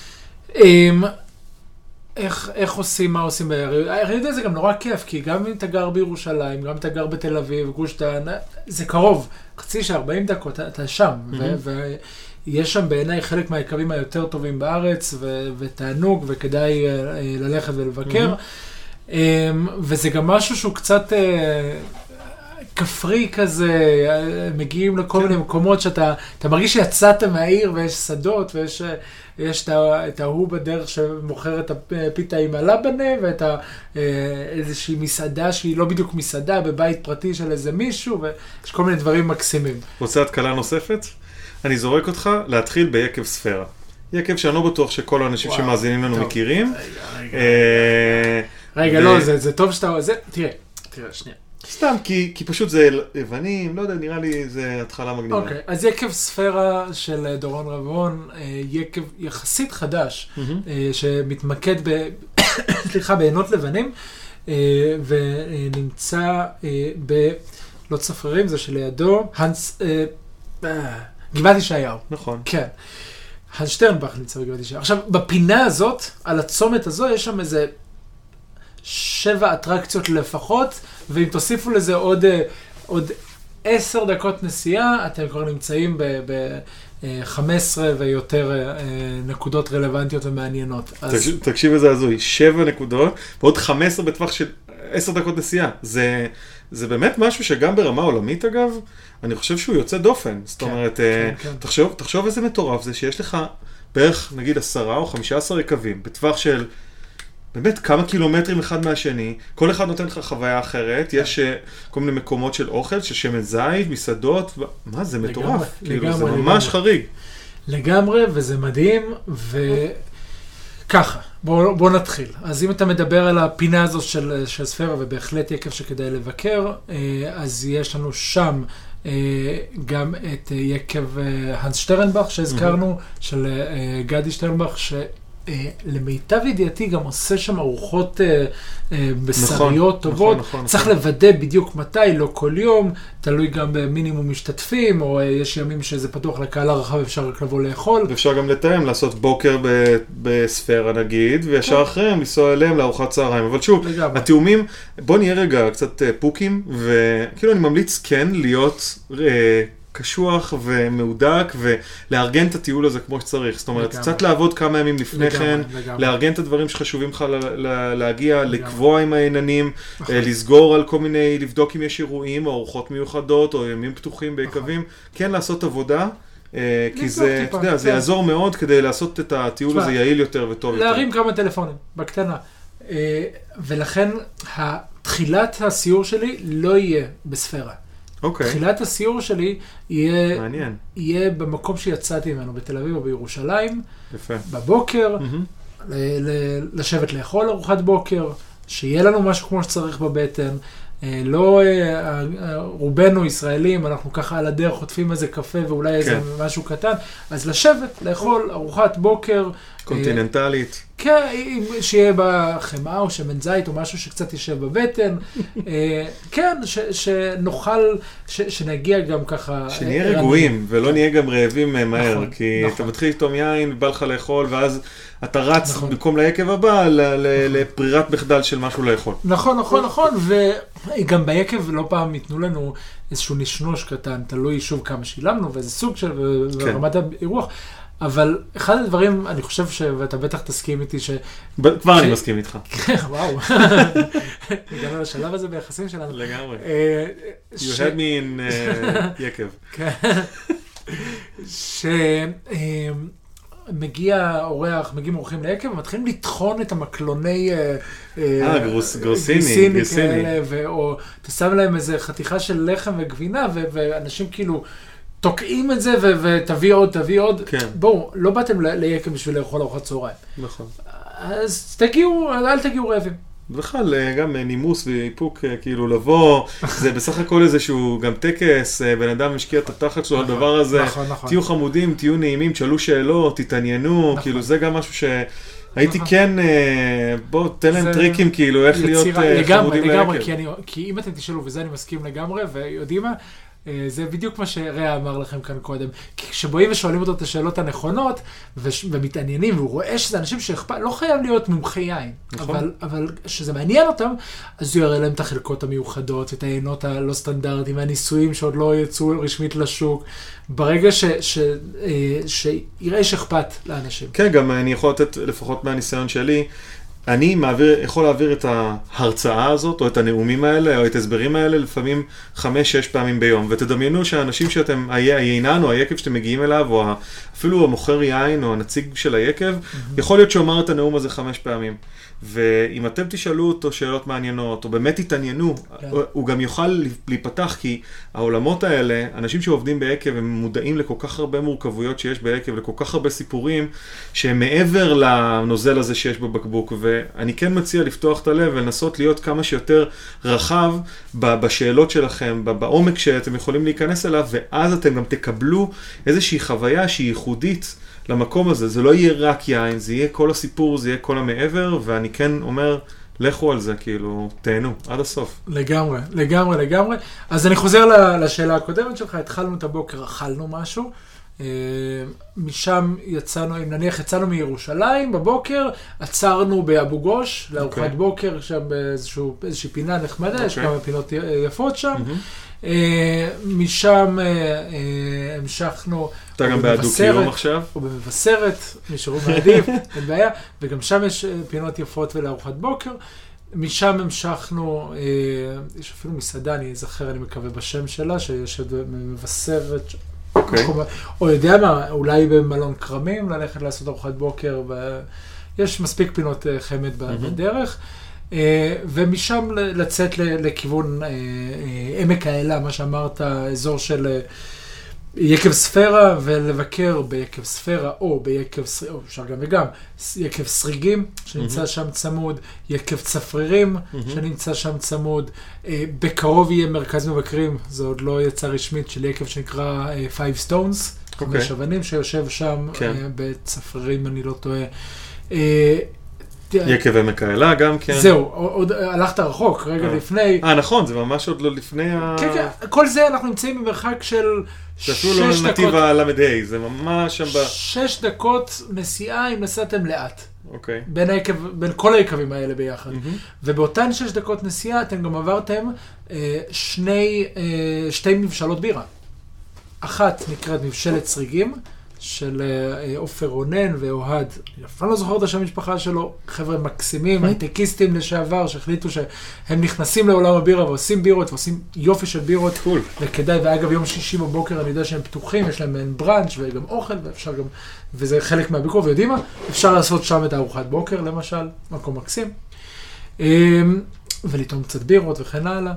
B: איך, איך עושים, מה עושים בהרי? הרי יהודה זה גם נורא כיף, כי גם אם אתה גר בירושלים, גם אם אתה גר בתל אביב, גוש דן, זה קרוב. חצי שעה, ארבעים דקות, אתה שם. Mm-hmm. ויש שם בעיניי חלק מהיקבים היותר טובים בארץ, ו- ותענוג, וכדאי uh, ללכת ולבקר. Mm-hmm. Um, וזה גם משהו שהוא קצת uh, כפרי כזה, uh, מגיעים לכל כן. מיני מקומות שאתה אתה מרגיש שיצאת מהעיר, ויש שדות, ויש... Uh, יש את ההוא בדרך שמוכר את הפיתה עם הלבנה, ואת איזושהי מסעדה שהיא לא בדיוק מסעדה, בבית פרטי של איזה מישהו, ויש כל מיני דברים מקסימים.
A: רוצה התקלה נוספת? אני זורק אותך להתחיל ביקב ספירה. יקב שאני לא בטוח שכל האנשים וואו, שמאזינים לנו טוב. מכירים. רגע, רגע,
B: אה, רגע ו... לא, זה, זה טוב שאתה... זה, תראה, תראה, שנייה.
A: סתם, כי, כי פשוט זה לבנים, לא יודע, נראה לי זה התחלה מגניבה.
B: אוקיי, אז יקב ספירה של דורון רבון, יקב יחסית חדש, mm-hmm. שמתמקד ב... סליחה, בעינות לבנים, ונמצא ב... לא צפרירים, זה שלידו, הנס... גבעת ישעיהו.
A: נכון.
B: כן. הנס שטרנבך נמצא בגבעת ישעיהו. עכשיו, בפינה הזאת, על הצומת הזו, יש שם איזה שבע אטרקציות לפחות, ואם תוסיפו לזה עוד, עוד עשר דקות נסיעה, אתם כבר נמצאים ב-חמש עשרה ויותר נקודות רלוונטיות ומעניינות.
A: אז... תקשיב איזה הזוי, שבע נקודות, ועוד חמש עשרה בטווח של עשר דקות נסיעה. זה, זה באמת משהו שגם ברמה עולמית אגב, אני חושב שהוא יוצא דופן. זאת אומרת, כן, כן, כן. תחשוב, תחשוב איזה מטורף זה שיש לך בערך נגיד עשרה או חמישה עשר יקבים, בטווח של... באמת, כמה קילומטרים אחד מהשני, כל אחד נותן לך חוויה אחרת, יש כל מיני מקומות של אוכל, של שמן זית, מסעדות, מה, זה מטורף, כאילו, זה ממש חריג.
B: לגמרי, וזה מדהים, וככה, בוא נתחיל. אז אם אתה מדבר על הפינה הזו של ספירה, ובהחלט יקב שכדאי לבקר, אז יש לנו שם גם את יקב הנס שטרנבך, שהזכרנו, של גדי שטרנבך, ש... למיטב ידיעתי גם עושה שם ארוחות בשריות טובות. צריך לוודא בדיוק מתי, לא כל יום, תלוי גם במינימום משתתפים, או יש ימים שזה פתוח לקהל הרחב, אפשר רק לבוא לאכול.
A: ואפשר גם לתאם, לעשות בוקר בספירה נגיד, וישר אחריהם לנסוע אליהם לארוחת צהריים. אבל שוב, התאומים, בוא נהיה רגע קצת פוקים, וכאילו אני ממליץ כן להיות... קשוח ומהודק, ולארגן את הטיול הזה כמו שצריך. זאת אומרת, קצת לעבוד כמה ימים לפני כן, לארגן את הדברים שחשובים לך להגיע, לקבוע עם העיננים, לסגור על כל מיני, לבדוק אם יש אירועים, או ארוחות מיוחדות, או ימים פתוחים ביקבים, כן לעשות עבודה, כי זה, אתה יודע, זה יעזור מאוד כדי לעשות את הטיול הזה יעיל יותר וטוב יותר.
B: להרים כמה טלפונים, בקטנה. ולכן, תחילת הסיור שלי לא יהיה בספירה.
A: Okay.
B: תחילת הסיור שלי יהיה, יהיה במקום שיצאתי ממנו, בתל אביב או בירושלים,
A: יפה.
B: בבוקר, mm-hmm. ל- ל- לשבת לאכול ארוחת בוקר, שיהיה לנו משהו כמו שצריך בבטן, לא רובנו ישראלים, אנחנו ככה על הדרך חוטפים איזה קפה ואולי כן. איזה משהו קטן, אז לשבת, לאכול ארוחת בוקר.
A: קונטיננטלית.
B: כן, שיהיה בה חמאה או שמן זית או משהו שקצת יישב בבטן. כן, ש, שנוכל, ש, שנגיע גם ככה...
A: שנהיה רגועים ולא נהיה גם רעבים מהר, נכון, כי נכון. אתה מתחיל לתום יין, בא לך לאכול, ואז אתה רץ נכון. במקום ליקב הבא ל, ל, נכון. לפרירת מחדל של משהו לאכול.
B: נכון, נכון, נכון, וגם ביקב לא פעם ייתנו לנו איזשהו נשנוש קטן, תלוי שוב כמה שילמנו, ואיזה סוג של, כן. ורמת האירוח. אבל אחד הדברים, אני חושב ש... ואתה בטח תסכים איתי ש...
A: כבר אני מסכים איתך.
B: וואו. הגענו לשלב הזה ביחסים שלנו.
A: לגמרי. You had me in יקב.
B: כן. שמגיע אורח, מגיעים אורחים ליקב, ומתחילים לטחון את המקלוני
A: אה, גרוסיני,
B: כאלה, או אתה שם להם איזה חתיכה של לחם וגבינה, ואנשים כאילו... תוקעים את זה, ותביא עוד, תביא עוד.
A: כן.
B: בואו, לא באתם ליקב בשביל לאכול ארוחת צהריים.
A: נכון.
B: אז תגיעו, אל תגיעו רעבים.
A: בכלל, גם נימוס ואיפוק, כאילו לבוא, זה בסך הכל איזשהו גם טקס, בן אדם משקיע את התחת שלו על הדבר הזה.
B: נכון, נכון.
A: תהיו חמודים, תהיו נעימים, תשאלו שאלות, תתעניינו, נכון. כאילו זה גם משהו ש... הייתי נכון. כן, בוא, תן להם טריקים, כאילו, איך להיות חמודים ליקב.
B: לגמרי, לגמרי, כי אם אתם תשאלו, וזה אני מסכים לגמרי, ויודעים מה, זה בדיוק מה שרע אמר לכם כאן קודם. כי כשבאים ושואלים אותו את השאלות הנכונות, ומתעניינים, והוא רואה שזה אנשים שאכפת, לא חייב להיות מומחי יין, נכון. אבל, אבל שזה מעניין אותם, אז הוא יראה להם את החלקות המיוחדות, את העיינות הלא סטנדרטיים, הניסויים שעוד לא יצאו רשמית לשוק, ברגע ש, ש, שיראה שאכפת לאנשים.
A: כן, גם אני יכול לתת, לפחות מהניסיון שלי, אני מעביר, יכול להעביר את ההרצאה הזאת, או את הנאומים האלה, או את הסברים האלה, לפעמים חמש, שש פעמים ביום. ותדמיינו שהאנשים שאתם, היינן או היקב שאתם מגיעים אליו, או אפילו המוכר יין, או הנציג של היקב, mm-hmm. יכול להיות שהוא אמר את הנאום הזה חמש פעמים. ואם אתם תשאלו אותו שאלות מעניינות, או באמת תתעניינו, כן. הוא, הוא גם יוכל להיפתח, כי העולמות האלה, אנשים שעובדים ביקב, הם מודעים לכל כך הרבה מורכבויות שיש ביקב, לכל כך הרבה סיפורים, שהם מעבר לנוזל הזה שיש בבקבוק, ואני כן מציע לפתוח את הלב, ולנסות להיות כמה שיותר רחב בשאלות שלכם, בעומק שאתם יכולים להיכנס אליו, ואז אתם גם תקבלו איזושהי חוויה שהיא ייחודית, למקום הזה, זה לא יהיה רק יין, זה יהיה כל הסיפור, זה יהיה כל המעבר, ואני כן אומר, לכו על זה, כאילו, תהנו, עד הסוף.
B: לגמרי, לגמרי, לגמרי. אז אני חוזר לשאלה הקודמת שלך, התחלנו את הבוקר, אכלנו משהו, משם יצאנו, אם נניח יצאנו מירושלים בבוקר, עצרנו באבו גוש, לארוחת okay. בוקר, שם באיזושהי פינה נחמדה, okay. יש כמה פינות יפות שם, mm-hmm. משם המשכנו,
A: אתה גם באדו-קיום עכשיו?
B: או במבשרת, מישהו מעדיף, אין בעיה, וגם שם יש פינות יפות ולארוחת בוקר, משם המשכנו, יש אפילו מסעדה, אני אזכר, אני מקווה בשם שלה, שיש במבשרת,
A: אוקיי.
B: או יודע מה, אולי במלון קרמים, ללכת לעשות ארוחת בוקר, ויש מספיק פינות חמד בדרך, ומשם לצאת לכיוון עמק האלה, מה שאמרת, אזור של יקב ספירה, ולבקר ביקב ספירה, או ביקב, או אפשר גם וגם, יקב סריגים, שנמצא שם צמוד, יקב צפרירים, שנמצא שם צמוד, בקרוב יהיה מרכז מבקרים, זה עוד לא יצא רשמית, של יקב שנקרא Five Stones, חמש אבנים, שיושב שם בצפרירים, אני לא טועה.
A: יקב עמק האלה גם כן.
B: זהו, עוד הלכת רחוק, רגע לפני.
A: אה, נכון, זה ממש עוד לא לפני ה...
B: כן, כן, כל זה אנחנו נמצאים במרחק של שש דקות.
A: זה אפילו לא נתיב הלמדי, זה ממש שם ב...
B: שש דקות נסיעה אם נסעתם לאט.
A: אוקיי.
B: בין היקב, בין כל היקבים האלה ביחד. ובאותן שש דקות נסיעה אתם גם עברתם שני, שתי מבשלות בירה. אחת נקראת מבשלת סריגים, של אופר רונן ואוהד, אני אף פעם לא זוכר את השם המשפחה שלו, חבר'ה מקסימים, הייטקיסטים לשעבר, שהחליטו שהם נכנסים לעולם הבירה ועושים בירות, ועושים יופי של בירות, וכדאי, ואגב יום שישי בבוקר אני יודע שהם פתוחים, יש להם מעין ברנץ' וגם אוכל, ואפשר גם, וזה חלק מהביקור, ויודעים מה? אפשר לעשות שם את הארוחת בוקר, למשל, מקום מקסים, ולטעום קצת בירות וכן הלאה.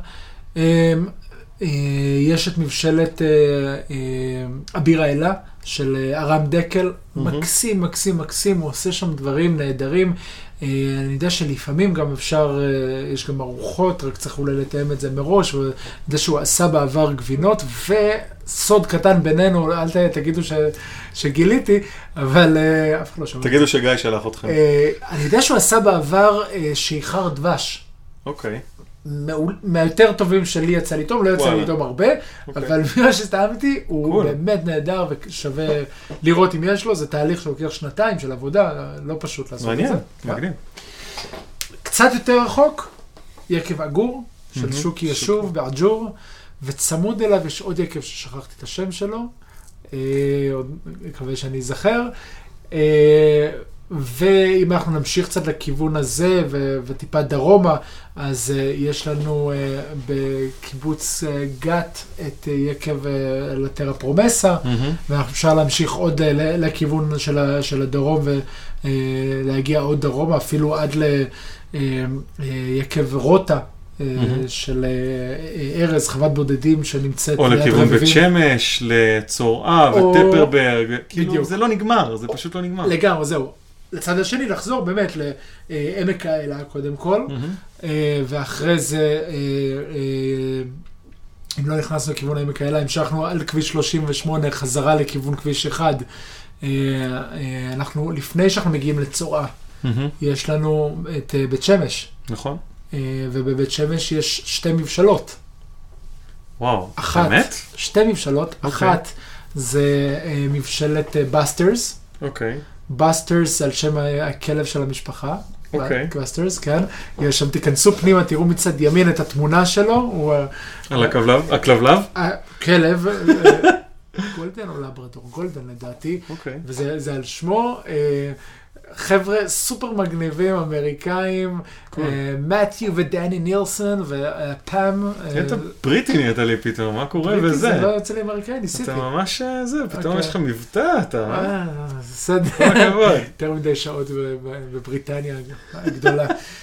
B: יש את מבשלת אביר האלה של ארם דקל, מקסים, מקסים, מקסים, הוא עושה שם דברים נהדרים. אני יודע שלפעמים גם אפשר, יש גם ארוחות, רק צריך אולי לתאם את זה מראש, וזה שהוא עשה בעבר גבינות, וסוד קטן בינינו, אל תגידו שגיליתי, אבל אף אחד לא שומע.
A: תגידו שגיא שלח אתכם.
B: אני יודע שהוא עשה בעבר שיכר דבש.
A: אוקיי.
B: מהיותר טובים שלי יצא לי טוב, לא יצא לי טוב הרבה, אבל מה שסתמתי הוא באמת נהדר ושווה לראות אם יש לו, זה תהליך שלוקח שנתיים של עבודה, לא פשוט לעשות את זה.
A: מעניין, מגניב.
B: קצת יותר רחוק, יקב אגור, של שוקי ישוב בעג'ור, וצמוד אליו יש עוד יקב ששכחתי את השם שלו, מקווה שאני אזכר. ואם אנחנו נמשיך קצת לכיוון הזה ו- וטיפה דרומה, אז uh, יש לנו uh, בקיבוץ uh, גת את uh, יקב uh, לטרה פרומסה, mm-hmm. ואנחנו אפשר להמשיך עוד uh, לכיוון של, ה- של הדרום ולהגיע uh, עוד דרומה, אפילו עד ליקב uh, uh, רוטה. Mm-hmm. של uh, ארז, חוות בודדים שנמצאת
A: או לכיוון בית שמש, לצורעה או... וטפרברג, כאילו בדיוק. זה לא נגמר, זה או... פשוט לא נגמר.
B: לגמרי, זהו. לצד השני לחזור באמת לעמק האלה קודם כל, mm-hmm. ואחרי זה, אם לא נכנסנו לכיוון העמק האלה, המשכנו על כביש שלושים ושמונה, חזרה לכיוון כביש אחד. אנחנו, לפני שאנחנו מגיעים לצורעה, mm-hmm. יש לנו את בית שמש.
A: נכון.
B: ובבית שמש יש שתי מבשלות.
A: וואו,
B: אחת,
A: באמת?
B: שתי מבשלות. Okay. אחת זה מבשלת בסטרס.
A: אוקיי. Okay.
B: בסטרס על שם הכלב של המשפחה.
A: אוקיי.
B: בסטרס, כן. יש שם, תיכנסו פנימה, תראו מצד ימין את התמונה שלו. הוא...
A: על הכלב? הכלבלב?
B: הכלב. גולדן או לברדור? גולדן לדעתי.
A: אוקיי.
B: וזה על שמו. חבר'ה סופר מגניבים, אמריקאים, מתיו ודני נילסון ופאם.
A: אתה בריטי נהיית לי פתאום, מה קורה וזה?
B: זה לא יוצא לי אמריקאי, ניסיתי.
A: אתה ממש זה, פתאום יש לך מבטא, אתה...
B: אה, בסדר.
A: כל הכבוד.
B: יותר מדי שעות בבריטניה הגדולה.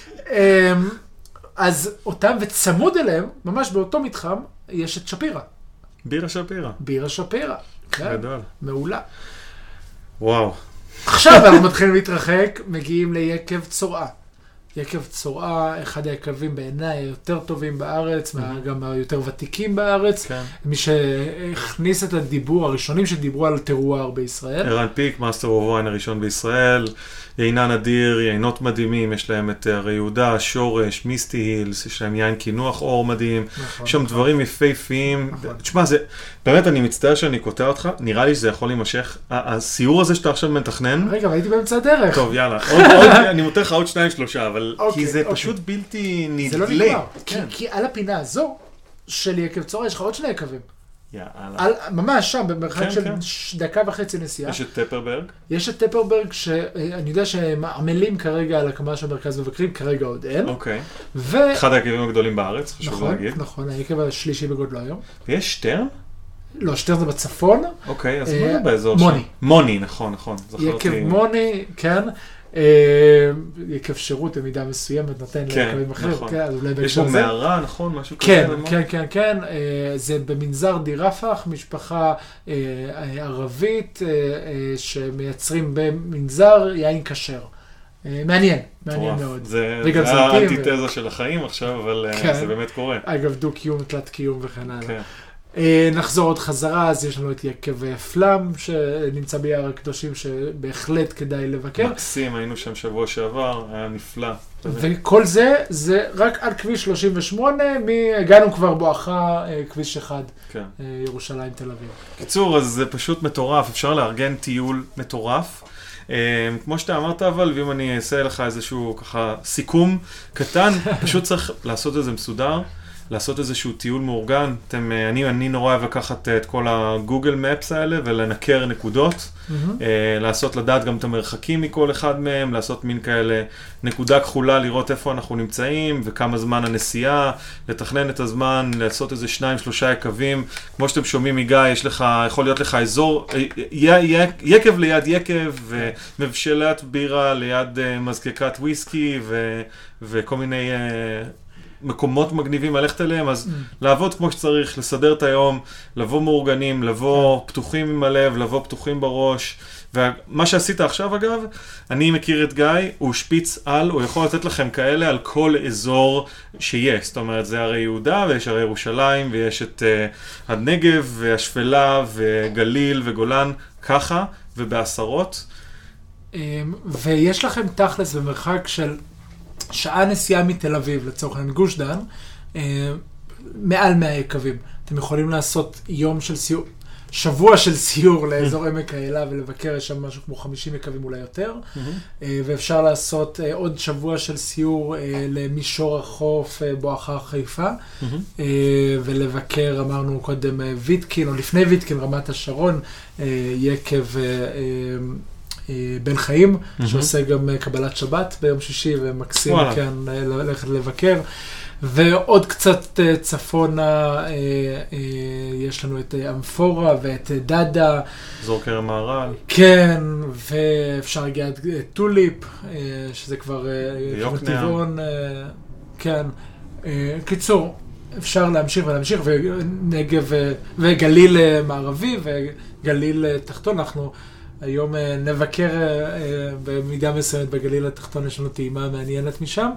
B: אז אותם, וצמוד אליהם, ממש באותו מתחם, יש את שפירה.
A: בירה שפירה.
B: בירה שפירה.
A: גדול.
B: מעולה.
A: וואו.
B: עכשיו אנחנו מתחילים להתרחק, מגיעים ליקב צורעה. יקב צורעה, אחד היקבים בעיניי היותר טובים בארץ, mm-hmm. גם היותר ותיקים בארץ. כן. מי שהכניס את הדיבור, הראשונים שדיברו על טרואר בישראל.
A: ערן פיק, מאסטר אוף ויין הראשון בישראל. יינן אדיר, יינות מדהימים, יש להם את הרי יהודה, שורש, מיסטי הילס, יש להם יין קינוח אור מדהים, יש שם דברים יפהפיים. תשמע, זה, באמת אני מצטער שאני קוטע אותך, נראה לי שזה יכול להימשך. הסיור הזה שאתה עכשיו מתכנן...
B: רגע, והייתי באמצע הדרך.
A: טוב, יאללה. אני מותח לך עוד שניים שלושה, אבל כי זה פשוט בלתי נדלה.
B: זה לא נגמר, כי על הפינה הזו של יקב צורעה יש לך עוד שני יקבים. על, ממש שם, במרחק כן, של כן. דקה וחצי נסיעה.
A: יש את טפרברג.
B: יש את טפרברג, שאני יודע שהם עמלים כרגע על הקמה של מרכז מבקרים, כרגע עוד אין.
A: אוקיי.
B: ו...
A: אחד היקבים הגדולים בארץ, חשוב
B: נכון,
A: להגיד.
B: נכון, היקב השלישי בגודלו היום.
A: ויש שטרן?
B: לא, שטרן זה בצפון.
A: אוקיי, אז מה זה באזור
B: מוני.
A: שם? מוני, נכון, נכון.
B: יקב מוני, כן. יקב שירות במידה מסוימת נותן ליקבים אחרים.
A: יש לו מערה, נכון? משהו כזה?
B: כן, כן, כן, כן. זה במנזר דירפח, משפחה ערבית שמייצרים במנזר יין כשר. מעניין, מעניין מאוד.
A: זה האנטיתזה של החיים עכשיו, אבל זה באמת קורה.
B: אגב, דו קיום, תלת קיום וכן הלאה. נחזור עוד חזרה, אז יש לנו את יקב פלאם, שנמצא ביער הקדושים, שבהחלט כדאי לבקר.
A: מקסים, היינו שם שבוע שעבר, היה נפלא.
B: וכל זה, זה רק על כביש שלושים ושמונה, הגענו כבר בואכה כביש אחד, כן. ירושלים, תל אביב.
A: קיצור, אז זה פשוט מטורף, אפשר לארגן טיול מטורף. כמו שאתה אמרת אבל, ואם אני אעשה לך איזשהו ככה סיכום קטן, פשוט צריך לעשות את זה מסודר. לעשות איזשהו טיול מאורגן. אתם, אני, אני נורא אוהב לקחת את כל הגוגל מפס האלה ולנקר נקודות, mm-hmm. לעשות לדעת גם את המרחקים מכל אחד מהם, לעשות מין כאלה נקודה כחולה, לראות איפה אנחנו נמצאים וכמה זמן הנסיעה, לתכנן את הזמן, לעשות איזה שניים, שלושה יקבים. כמו שאתם שומעים מגיא, יש לך, יכול להיות לך אזור, י, י, יקב ליד יקב, ומבשלת בירה ליד מזקקת וויסקי, ו, וכל מיני... מקומות מגניבים ללכת אליהם, אז mm. לעבוד כמו שצריך, לסדר את היום, לבוא מאורגנים, לבוא yeah. פתוחים עם הלב, לבוא פתוחים בראש. ומה שעשית עכשיו אגב, אני מכיר את גיא, הוא שפיץ על, הוא יכול לתת לכם כאלה על כל אזור שיש. זאת אומרת, זה הרי יהודה, ויש הרי ירושלים, ויש את uh, הנגב, והשפלה, וגליל, וגולן, ככה, ובעשרות.
B: ויש לכם תכלס במרחק של... שעה נסיעה מתל אביב, לצורך העניין גוש דן, אה, מעל מאה יקבים. אתם יכולים לעשות יום של סיור, שבוע של סיור לאזור עמק האלה ולבקר, יש שם משהו כמו חמישים יקבים אולי יותר, ואפשר לעשות עוד שבוע של סיור למישור החוף בואכה חיפה, ולבקר, אמרנו קודם, ויטקין, או לפני ויטקין, רמת השרון, יקב בן חיים, שעושה גם קבלת שבת ביום שישי, ומקסים כאן ללכת לבקר. ועוד קצת צפונה, יש לנו את אמפורה ואת דדה.
A: אזור כרם מהר"ל.
B: כן, ואפשר להגיע את טוליפ, שזה כבר טבעון. כן. קיצור, אפשר להמשיך ולהמשיך, ונגב וגליל מערבי וגליל תחתון. אנחנו היום נבקר במידה מסוימת בגליל התחתון, יש לנו טעימה מעניינת משם.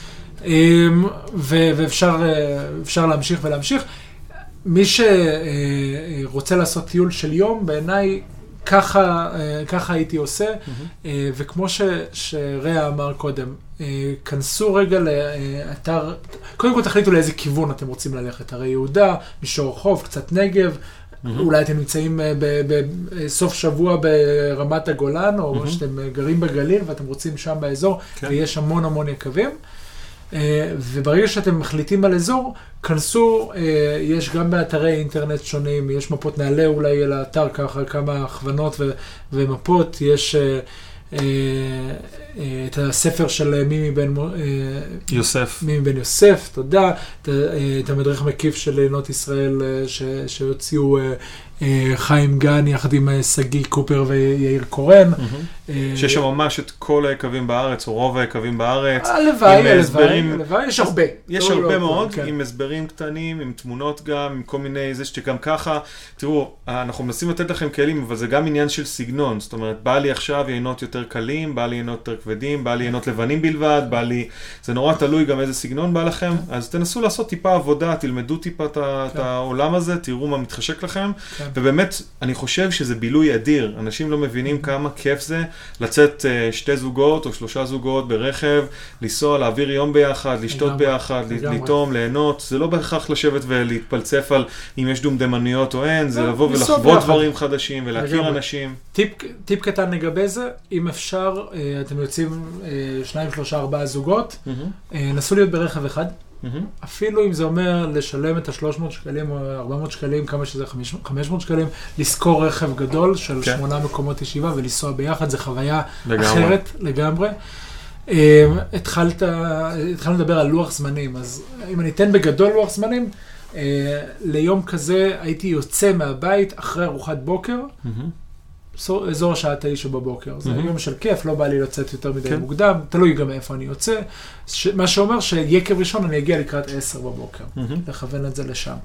B: ואפשר אפשר להמשיך ולהמשיך. מי שרוצה לעשות טיול של יום, בעיניי ככה, ככה הייתי עושה, וכמו שריה אמר קודם, כנסו רגע לאתר, קודם כל תחליטו לאיזה כיוון אתם רוצים ללכת, הרי יהודה, מישור החוף, קצת נגב, אולי אתם נמצאים בסוף שבוע ברמת הגולן, או שאתם גרים בגליל ואתם רוצים שם באזור, ויש המון המון יקבים. וברגע שאתם מחליטים על אזור, כנסו, יש גם באתרי אינטרנט שונים, יש מפות, נעלה אולי לאתר ככה כמה הכוונות ומפות, יש את הספר של מימי בן
A: יוסף.
B: מימי בן יוסף, תודה, את המדריך מקיף של לינות ישראל שהוציאו חיים גן יחד עם סגי קופר ויאיר קורן.
A: שיש שם ממש את כל היקבים בארץ, או רוב היקבים בארץ.
B: הלוואי, הלוואי, הלוואי, יש הרבה.
A: יש הרבה מאוד, עם הסברים קטנים, עם תמונות גם, עם כל מיני, זה שגם ככה, תראו, אנחנו מנסים לתת לכם כלים, אבל זה גם עניין של סגנון, זאת אומרת, בא לי עכשיו יינות יותר קלים, בא לי יינות יותר כבדים, בא לי יינות לבנים בלבד, בא לי, זה נורא תלוי גם איזה סגנון בא לכם, אז תנסו לעשות טיפה עבודה, תלמדו טיפה את העולם הזה, תראו מה מתחשק לכם, ובאמת, אני חושב שזה בילוי אדיר. אנשים לא מבינים כמה כיף זה לצאת שתי זוגות או שלושה זוגות ברכב, לנסוע, להעביר יום ביחד, לשתות ביחד, לטום, ליהנות. זה לא בהכרח לשבת ולהתפלצף על אם יש דומדמניות או אין, זה לבוא ולחוות דברים חדשים ולהכיר אנשים.
B: טיפ קטן לגבי זה, אם אפשר, אתם יוצאים שניים, שלושה, ארבעה זוגות, נסו להיות ברכב אחד. אפילו אם זה אומר לשלם את ה-שלוש מאות שקלים או ארבע מאות שקלים, כמה שזה חמש מאות שקלים, לשכור רכב גדול של שמונה מקומות ישיבה ולנסוע ביחד, זה חוויה אחרת לגמרי. התחלנו לדבר על לוח זמנים, אז אם אני אתן בגדול לוח זמנים, ליום כזה הייתי יוצא מהבית אחרי ארוחת בוקר, אזור השעה תשע בבוקר. זה יום של כיף, לא בא לי לצאת יותר מדי מוקדם, תלוי גם איפה אני יוצא. מה שאומר שיקב ראשון אני אגיע לקראת עשר בבוקר, לכוון את זה לשם.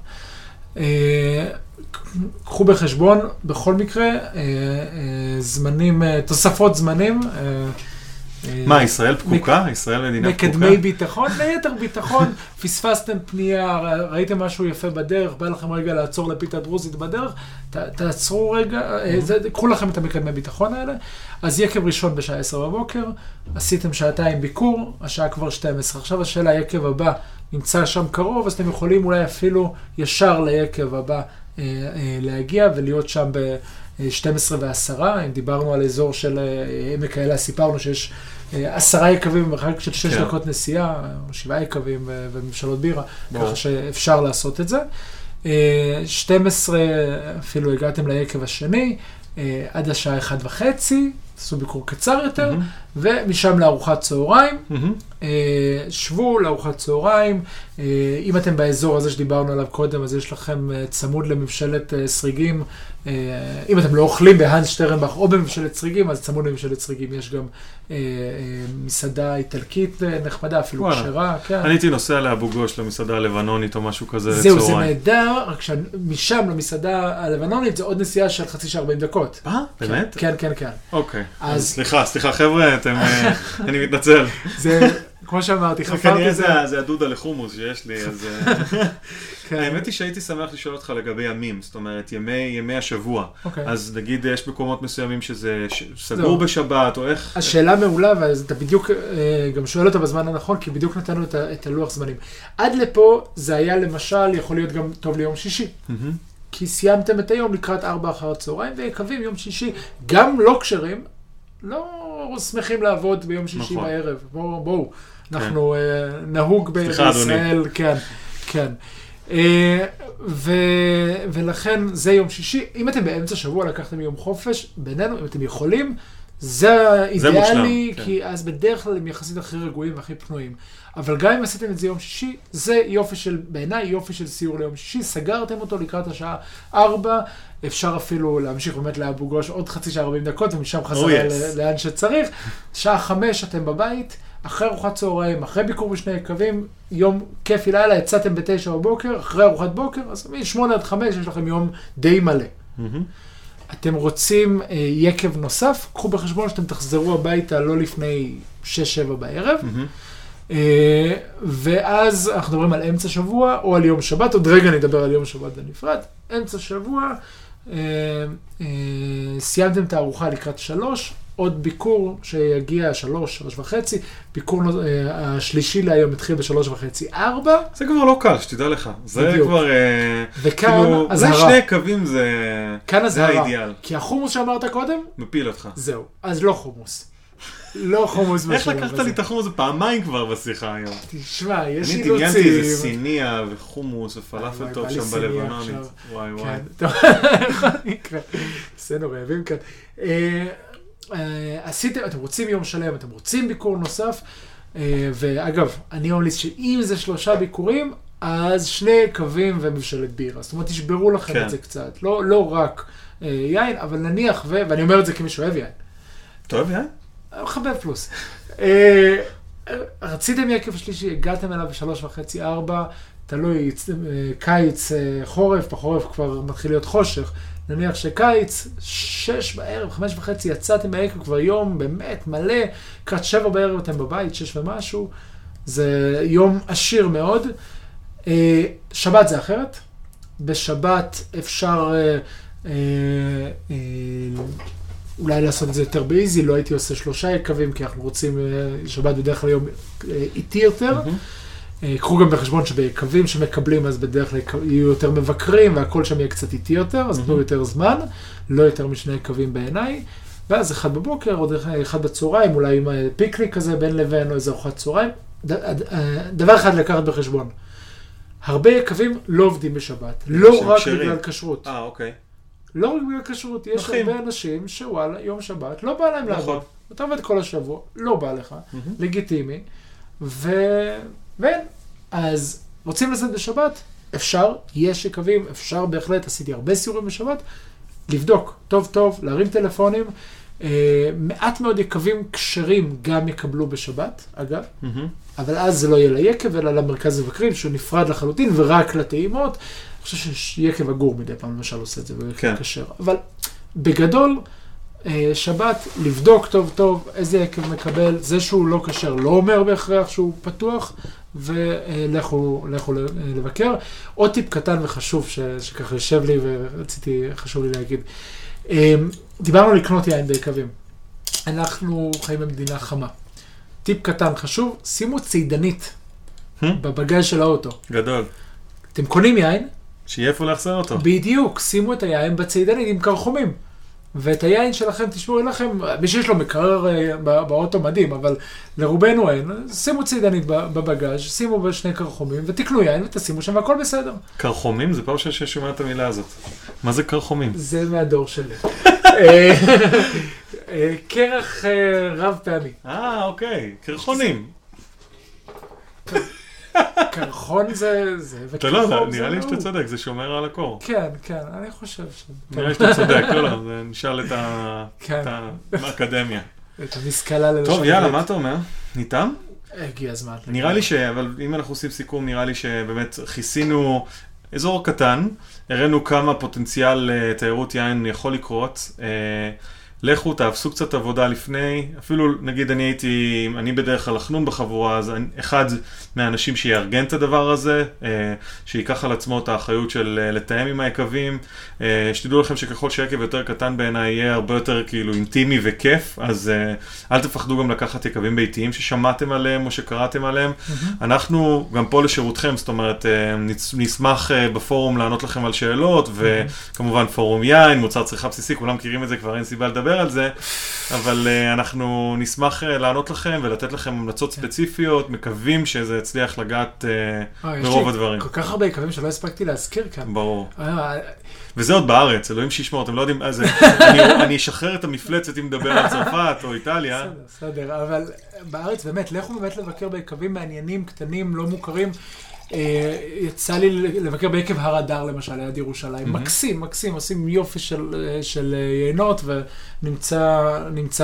B: קחו בחשבון, בכל מקרה, זמנים, תוספות זמנים.
A: מה, ישראל פקוקה? ישראל מדינה פקוקה?
B: מקדמי ביטחון, ליתר ביטחון, פספסתם פנייה, ראיתם משהו יפה בדרך, בא לכם רגע לעצור לפיתה דרוזית בדרך, תעצרו רגע, קחו לכם את המקדמי ביטחון האלה, אז יקב ראשון בשעה עשר בבוקר, עשיתם שעתיים ביקור, השעה כבר שתים עשרה, עכשיו השאלה, היקב הבא נמצא שם קרוב, אז אתם יכולים אולי אפילו ישר ליקב הבא להגיע ולהיות שם ב-שתים עשרה ועשרה, אם דיברנו על אזור של עמק האלה, סיפרנו שיש עשרה יקבים במרחק של שש דקות נסיעה, או שבעה יקבים וממשלות בירה, ככה שאפשר לעשות את זה. שתים עשרה אפילו הגעתם ליקב השני, עד השעה אחת וחצי, עשו ביקור קצר יותר, ומשם לארוחת צהריים, שבו לארוחת צהריים, אם אתם באזור הזה שדיברנו עליו קודם, אז יש לכם צמוד לממשלת סריגים, אם אתם לא אוכלים בהאנס שטרנבך או בממשלת סריגים, אז צמוד לממשלת סריגים יש גם מסעדה איטלקית נחמדה, אפילו כשרה.
A: אני הייתי נוסע לאבו גוש, למסעדה הלבנונית או משהו כזה
B: לצהריים. זהו, זה נהדר, רק שמשם למסעדה הלבנונית זה עוד נסיעה של חצי שעה ארבעים דקות.
A: אה? באמת?
B: כן, כן, כן.
A: אוקיי. סליחה, סליחה חבר'ה, אני מתנצל.
B: זה, כמו שאמרתי, חפרתי זה...
A: כנראה זה הדודה לחומוס שיש לי, אז... האמת היא שהייתי שמח לשאול אותך לגבי ימים, זאת אומרת, ימי השבוע. אז נגיד, יש מקומות מסוימים שזה סגור בשבת, או איך... השאלה
B: מעולה, ואז אתה בדיוק גם שואל אותה בזמן הנכון, כי בדיוק נתנו את הלוח זמנים. עד לפה זה היה למשל, יכול להיות גם טוב ליום שישי. כי סיימתם את היום לקראת ארבע אחר הצהריים, ויקבים יום שישי, גם לא כשרים, לא שמחים לעבוד ביום שישי נכון. בערב. בואו, בואו. כן. אנחנו uh, נהוג
A: סליחה,
B: בישראל,
A: אדוני.
B: כן, כן. Uh, ו, ולכן זה יום שישי. אם אתם באמצע שבוע לקחתם יום חופש, בינינו, אם אתם יכולים, זה אידיאלי, כן. כי אז בדרך כלל הם יחסית הכי רגועים והכי פנויים. אבל גם אם עשיתם את זה יום שישי, זה יופי של, בעיניי יופי של סיור ליום שישי, סגרתם אותו לקראת השעה ארבע, אפשר אפילו להמשיך באמת לאבו גוש עוד חצי שעה ארבעים דקות, ומשם חזרה oh, yes. לאן שצריך. שעה חמש אתם בבית, אחרי ארוחת צהריים, אחרי ביקור בשני יקבים, יום כיפי לילה, יצאתם בתשע בבוקר, אחרי ארוחת בוקר, אז משמונה עד חמש יש לכם יום די מלא. Mm-hmm. אתם רוצים אה, יקב נוסף, קחו בחשבון שאתם תחזרו הביתה לא לפני שש שבע בערב, mm-hmm. אה, ואז אנחנו מדברים על אמצע שבוע או על יום שבת, עוד רגע נדבר על יום שבת בנפרד. אמצע שבוע, אה, אה, סיימתם את הארוחה לקראת שלוש, עוד ביקור שיגיע שלוש, שלוש וחצי, ביקור אה, השלישי להיום התחיל בשלוש וחצי, ארבע.
A: זה כבר לא קל, שתדע לך. זה
B: בדיוק.
A: כבר, אה,
B: וכאן
A: כאילו,
B: הזהרה.
A: זה שני קווים, זה,
B: כאן
A: זה האידיאל.
B: כי החומוס שאמרת קודם,
A: מפיל אותך.
B: זהו, אז לא חומוס. לא חומוס בשביל.
A: איך לקחת לי את החומוס? זה פעמיים כבר בשיחה היום.
B: תשמע, יש אילוצים.
A: אני דמיינתי איזה סיניה וחומוס ופלאפל טוב שם בלבנונית. וואי וואי. עשינו רעבים כאן. עשיתם, אתם רוצים יום שלם, אתם רוצים ביקור נוסף, ואגב, אני ממליץ שאם זה שלושה ביקורים, אז שני קווים ומבשלת בירה. זאת אומרת, תשברו לכם את זה קצת. לא רק יין, אבל נניח, ואני אומר את זה כמי שאוהב יין. אתה אוהב יין?
B: חבב פלוס. רציתם יקב שלישי, הגעתם אליו בשלוש וחצי, ארבע, תלוי, קיץ, חורף, בחורף כבר מתחיל להיות חושך. נניח שקיץ, שש בערב, חמש וחצי, יצאתם ביקב כבר יום באמת מלא, קראת שבע בערב אתם בבית, שש ומשהו, זה יום עשיר מאוד. שבת זה אחרת. בשבת אפשר אולי לעשות את זה יותר באיזי, לא הייתי עושה שלושה יקבים, כי אנחנו רוצים, שבת בדרך כלל יום איטי יותר. קחו גם בחשבון שביקבים שמקבלים, אז בדרך כלל יהיו יותר מבקרים, והכל שם יהיה קצת איטי יותר, אז תנו יותר זמן, לא יותר משני יקבים בעיניי, ואז אחד בבוקר, עוד אחד בצהריים, אולי עם פיקניק כזה בין לבין, או איזה ארוחת צהריים. דבר אחד לקחת בחשבון, הרבה יקבים לא עובדים בשבת, לא רק בגלל כשרות.
A: אה, אוקיי.
B: לא רק בגלל כשרות, יש הרבה אנשים שוואלה, יום שבת, לא בא להם לעבוד. אתה עובד כל השבוע, לא בא לך, לגיטימי, ואין. אז רוצים לצאת בשבת? אפשר, יש יקבים, אפשר בהחלט, עשיתי הרבה סיורים בשבת, לבדוק טוב טוב, להרים טלפונים, מעט מאוד יקבים כשרים גם יקבלו בשבת, אגב, אבל אז זה לא יהיה ליקב, אלא למרכז מבקרים, שהוא נפרד לחלוטין ורק לטעימות. אני חושב שיקב אגור מדי פעם, למשל עושה את זה בקשר. אבל בגדול, שבת, לבדוק טוב טוב איזה יקב מקבל, זה שהוא לא קשר, לא אומר בהכרח שהוא פתוח, ולכו לבקר. עוד טיפ קטן וחשוב שככה יושב לי ורציתי, חשוב לי להגיד. דיברנו לקנות יין ביקבים. אנחנו חיים במדינה חמה. טיפ קטן חשוב, שימו צידנית בבגז של האוטו.
A: גדול.
B: אתם קונים יין.
A: שיהיה איפה להחזר אותו.
B: בדיוק, שימו את היין בצידנית עם קרחומים. ואת היין שלכם תשמעו לכם, מי שיש לו מקרר באוטו מדהים, אבל לרובנו אין, שימו צידנית בבגז, שימו בשני קרחומים ותקנו יין ותשימו שם והכל בסדר.
A: קרחומים? זה פעם ששומע את המילה הזאת. מה זה קרחומים?
B: זה מהדור שלי. קרח רב פעמי.
A: אה, אוקיי, קרחונים.
B: קרחון זה, זה,
A: אתה לא, נראה לי שאתה צודק, זה שומר על הקור.
B: כן, כן, אני חושב ש...
A: נראה לי שאתה צודק, לא, לא, זה נשאל את האקדמיה.
B: את המשכלה ללשון.
A: טוב, יאללה, מה אתה אומר? ניתם?
B: הגיע הזמן.
A: נראה לי ש... אבל אם אנחנו עושים סיכום, נראה לי שבאמת כיסינו אזור קטן, הראינו כמה פוטנציאל תיירות יין יכול לקרות, לכו, תאפסו קצת עבודה לפני, אפילו נגיד אני הייתי, אני בדרך כלל לחנון בחבורה, אז אני, אחד מהאנשים שיארגן את הדבר הזה, שיקח על עצמו את האחריות של לתאם עם היקבים, שתדעו לכם שככל שהיקב יותר קטן בעיניי יהיה הרבה יותר כאילו אינטימי וכיף, אז אל תפחדו גם לקחת יקבים ביתיים ששמעתם עליהם או שקראתם עליהם. Mm-hmm. אנחנו גם פה לשירותכם, זאת אומרת, נשמח בפורום לענות לכם על שאלות, mm-hmm. וכמובן פורום יין, מוצר צריכה בסיסי, כולם מכירים את זה, כבר אין סיבה לדבר על זה, אבל uh, אנחנו נשמח uh, לענות לכם ולתת לכם המלצות ספציפיות, מקווים שזה הצליח לגעת uh, ברוב הדברים.
B: כל כך הרבה יקבים שלא הספקתי להזכיר כאן.
A: ברור. וזה עוד בארץ, אלוהים שישמור, אתם לא יודעים, אז אני, אני אשחרר את המפלצת אם מדבר על צרפת או איטליה.
B: בסדר, בסדר, אבל בארץ באמת, לכו באמת לבקר ביקבים מעניינים, קטנים, לא מוכרים. יצא לי לבקר ביקב הר אדר למשל, ליד ירושלים. מקסים, מקסים, עושים יופי של יינות, ונמצא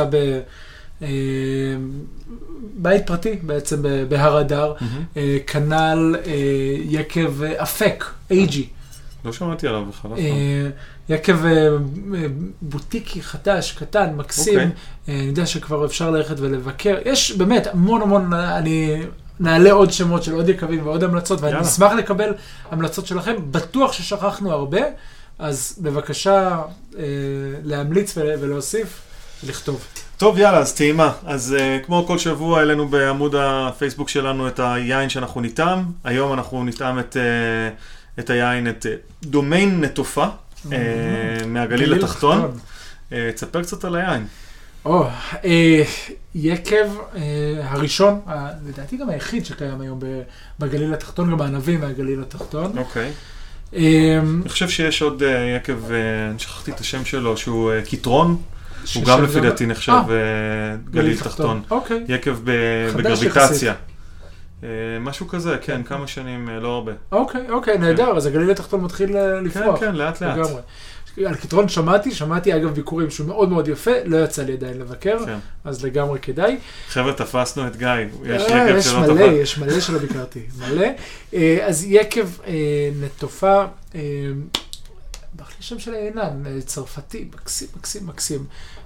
B: בבית פרטי בעצם בהר אדר. כנל יקב אפק, איי-ג'י.
A: לא שמעתי עליו בכלל.
B: יקב בוטיקי חדש, קטן, מקסים. אני יודע שכבר אפשר ללכת ולבקר. יש באמת המון המון, אני... נעלה עוד שמות של עוד יקבים ועוד המלצות, ואני אשמח לקבל המלצות שלכם. בטוח ששכחנו הרבה, אז בבקשה אה, להמליץ ולהוסיף, לכתוב.
A: טוב, יאללה, אז טעימה. אז uh, כמו כל שבוע, אלינו בעמוד הפייסבוק שלנו את היין שאנחנו ניתן. היום אנחנו ניתן את, uh, את היין, את uh, דומיין נטופה, uh, מהגליל התחתון. Uh, תספר קצת על היין.
B: או, יקב הראשון, לדעתי גם היחיד שקיים היום בגליל התחתון, גם הענבים מהגליל התחתון.
A: אוקיי. אני חושב שיש עוד יקב, אני שכחתי את השם שלו, שהוא קיטרון, הוא גם לפי דעתי נחשב גליל תחתון.
B: אוקיי.
A: יקב בגרביטציה. משהו כזה, כן, כמה שנים, לא הרבה.
B: אוקיי, אוקיי, נהדר, אז הגליל התחתון מתחיל לפרוח.
A: כן, כן, לאט לאט.
B: על קיטרון שמעתי, שמעתי אגב ביקורים שהוא מאוד מאוד יפה, לא יצא לי עדיין לבקר, כן. אז לגמרי כדאי.
A: חבר'ה, תפסנו את גיא, יש
B: אה, יקב שלא תפס. יש מלא שלא ביקרתי, מלא. אז יקב נטופה, ברח לי שם של העינן, צרפתי, מקסים, מקסים, מקסים,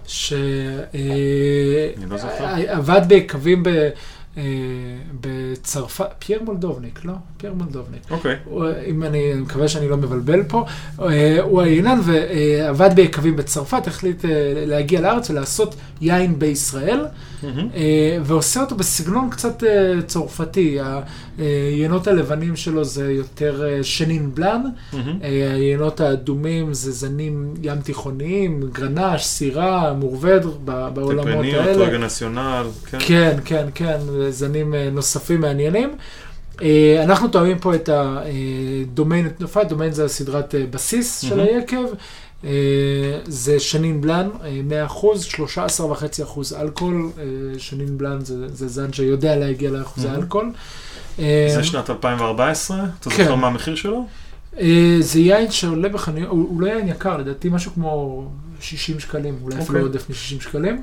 B: שעבד ביקבים ב... בצרפת, פייר מולדובניק, לא? פייר מולדובניק.
A: אוקיי.
B: אם אני מקווה שאני לא מבלבל פה, הוא העינן ועבד ביקבים בצרפת, החליט להגיע לארץ ולעשות יין בישראל, ועושה אותו בסגנון קצת צרפתי. היינות הלבנים שלו זה יותר שנין בלן, היינות האדומים זה זנים ים תיכוניים, גרנש, סירה, מורבד, בעולמות האלה.
A: טפניות, טרגה נציונל, כן.
B: כן, כן, כן, זנים נוספים מעניינים. אנחנו טועמים פה את הדומיין, דומיין זה הסדרת בסיס של היקב, זה שנין בלן, מאה אחוז, שלושה עשר וחצי אחוז אלכוהול, שנין בלן זה זן שיודע להגיע לאחוז האלכוהול.
A: זה שנת אלפיים וארבע עשרה? אתה זוכר מה המחיר שלו?
B: זה יין שעולה בחנויות, הוא לא יין יקר, לדעתי משהו כמו שישים שקלים, אולי אפילו עודף מ-שישים שקלים.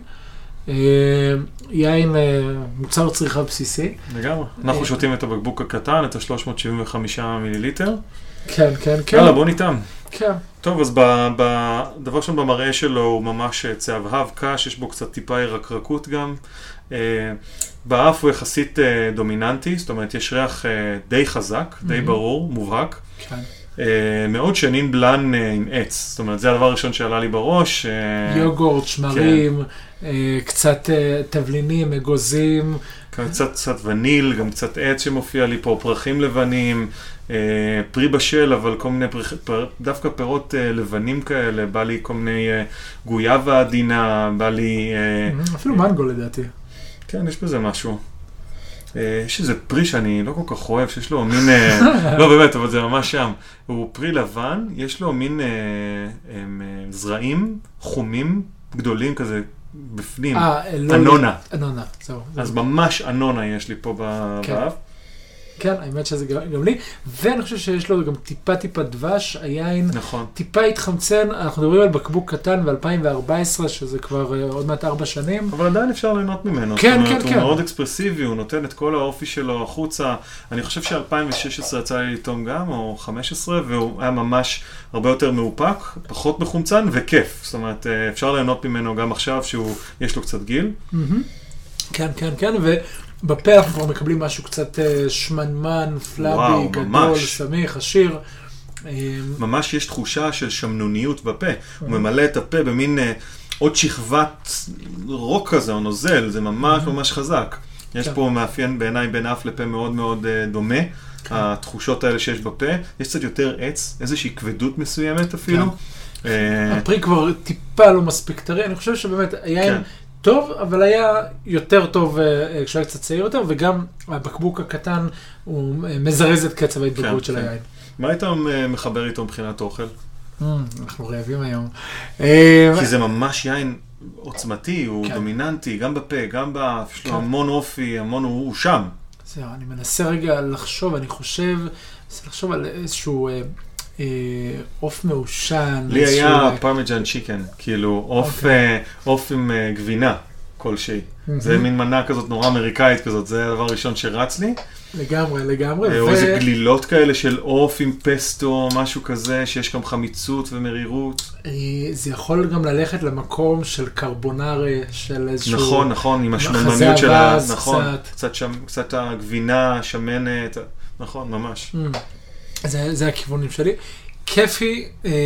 B: יין מוצר צריכה בסיסי.
A: לגמרי. אנחנו שותים את הבקבוק הקטן, את ה-שלוש מאות שבעים וחמישה מיליליטר.
B: כן, כן, כן.
A: יאללה, בוא ניתם.
B: כן.
A: טוב, אז בדבר שם במראה שלו הוא ממש צהבהב, קש, יש בו קצת טיפה ירקרקות גם. באף הוא יחסית דומיננטי, זאת אומרת, יש ריח די חזק, די ברור, מובהק. כן. מאוד שנין בלן עם עץ, זאת אומרת, זה הדבר הראשון שעלה לי בראש.
B: יוגורט, שמרים, קצת תבלינים, אגוזים.
A: קצת קצת וניל, גם קצת עץ שמופיע לי פה, פרחים לבנים, פרי בשל, אבל כל מיני, דווקא פירות לבנים כאלה, בא לי כל מיני גויאבה עדינה, בא לי...
B: אפילו מנגו לדעתי.
A: כן, יש בזה משהו. יש איזה פרי שאני לא כל כך אוהב, שיש לו מין, לא באמת, אבל זה ממש שם. הוא פרי לבן, יש לו מין זרעים חומים גדולים כזה בפנים. אנונה.
B: אנונה, זהו.
A: אז ממש אנונה יש לי פה באף.
B: כן, האמת שזה גם לי, ואני חושב שיש לו גם טיפה טיפה דבש, היין
A: נכון.
B: טיפה התחמצן, אנחנו מדברים על בקבוק קטן ב-אלפיים וארבע עשרה, שזה כבר עוד מעט ארבע שנים.
A: אבל עדיין אפשר ליהנות ממנו.
B: כן, כן,
A: הוא
B: כן.
A: מאוד אקספרסיבי, הוא נותן את כל האופי שלו החוצה. אני חושב ש-אלפיים ושש עשרה יצא לי לטעום גם, או חמש עשרה, והוא היה ממש הרבה יותר מאופק, פחות מחומצן וכיף. זאת אומרת, אפשר ליהנות ממנו גם עכשיו שיש לו קצת גיל.
B: כן, כן, כן, ובפה אנחנו כבר מקבלים משהו קצת שמנמן, פלאבי, גדול, סמיך, עשיר.
A: ממש יש תחושה של שמנוניות בפה. הוא ממלא את הפה במין עוד שכבת רוק כזה, או נוזל, זה ממש ממש חזק. יש פה מאפיין בעיניי בין אף לפה מאוד מאוד דומה. התחושות האלה שיש בפה, יש קצת יותר עץ, איזושהי כבדות מסוימת אפילו.
B: הפרי כבר טיפה לא מספיק טרי, אני חושב שבאמת היין טוב, אבל היה יותר טוב כשהיה קצת צעיר יותר, וגם הבקבוק הקטן הוא מזרז את קצב ההתבגרות של היין.
A: מה היית מחבר איתו מבחינת אוכל?
B: אנחנו רעבים היום.
A: כי זה ממש יין עוצמתי, הוא דומיננטי, גם בפה, גם באף, יש לו המון אופי, המון, הוא שם.
B: זהו, אני מנסה רגע לחשוב, אני חושב, מנסה לחשוב על איזשהו עוף מעושן.
A: לי היה פרמיג'ן צ'יקן, כאילו עוף עם גבינה כלשהי. זה מין מנה כזאת נורא אמריקאית כזאת, זה הדבר הראשון שרץ לי.
B: לגמרי, לגמרי.
A: או איזה גלילות כאלה של עוף עם פסטו, משהו כזה, שיש גם חמיצות ומרירות.
B: זה יכול גם ללכת למקום של קרבונרי, של איזשהו...
A: נכון, נכון, עם השמנמניות שלה, נכון, קצת הגבינה, שמנת, נכון, ממש.
B: זה הכיוונים שלי. כיפי,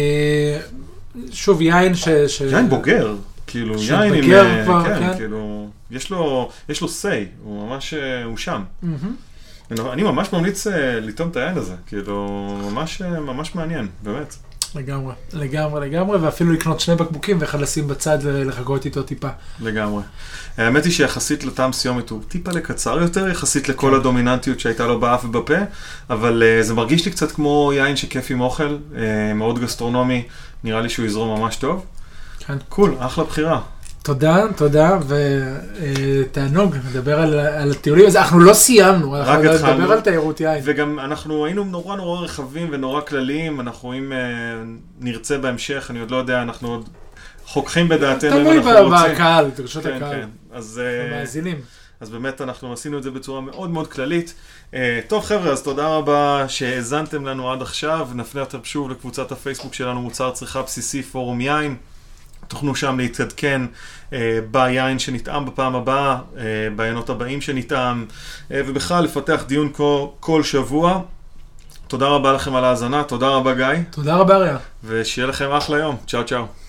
B: שוב, יין ש...
A: יין בוגר. כאילו, יין עם... כן, כאילו, יש לו סי, הוא ממש, הוא שם. אני ממש ממליץ לטעום את היין הזה, כאילו, ממש, ממש מעניין, באמת.
B: לגמרי, לגמרי, לגמרי, ואפילו לקנות שני בקבוקים ואחד לשים בצד ולחגות איתו טיפה.
A: לגמרי. האמת היא שיחסית לטעם סיומת הוא טיפה לקצר יותר, יחסית לכל הדומיננטיות שהייתה לו באף ובפה, אבל זה מרגיש לי קצת כמו יין שכיף עם אוכל, מאוד גסטרונומי, נראה לי שהוא יזרום ממש טוב.
B: כן.
A: קול, אחלה בחירה.
B: תודה, תודה, ותענוג, נדבר על, על הטיולים הזה. אנחנו לא סיימנו, אנחנו נדבר על תיירות יין.
A: וגם אנחנו היינו נורא נורא רחבים ונורא כלליים, אנחנו אם נרצה בהמשך, אני עוד לא יודע, אנחנו עוד חוקחים בדעתנו.
B: תלוי בקהל, דרשות הקהל.
A: כן, כן. אז,
B: המאזינים.
A: אז באמת אנחנו עשינו את זה בצורה מאוד מאוד כללית. טוב חבר'ה, אז תודה רבה שהאזנתם לנו עד עכשיו, נפנה אתם שוב לקבוצת הפייסבוק שלנו, מוצר צריכה בסיסי פורום יין. תוכלו שם להתעדכן אה, ביין שנטעם בפעם הבאה, אה, בעיינות הבאים שנטעם, אה, ובכלל לפתח דיון כל, כל שבוע. תודה רבה לכם על ההאזנה, תודה רבה גיא.
B: תודה רבה ריה.
A: ושיהיה לכם אחלה יום, צ'או צ'או.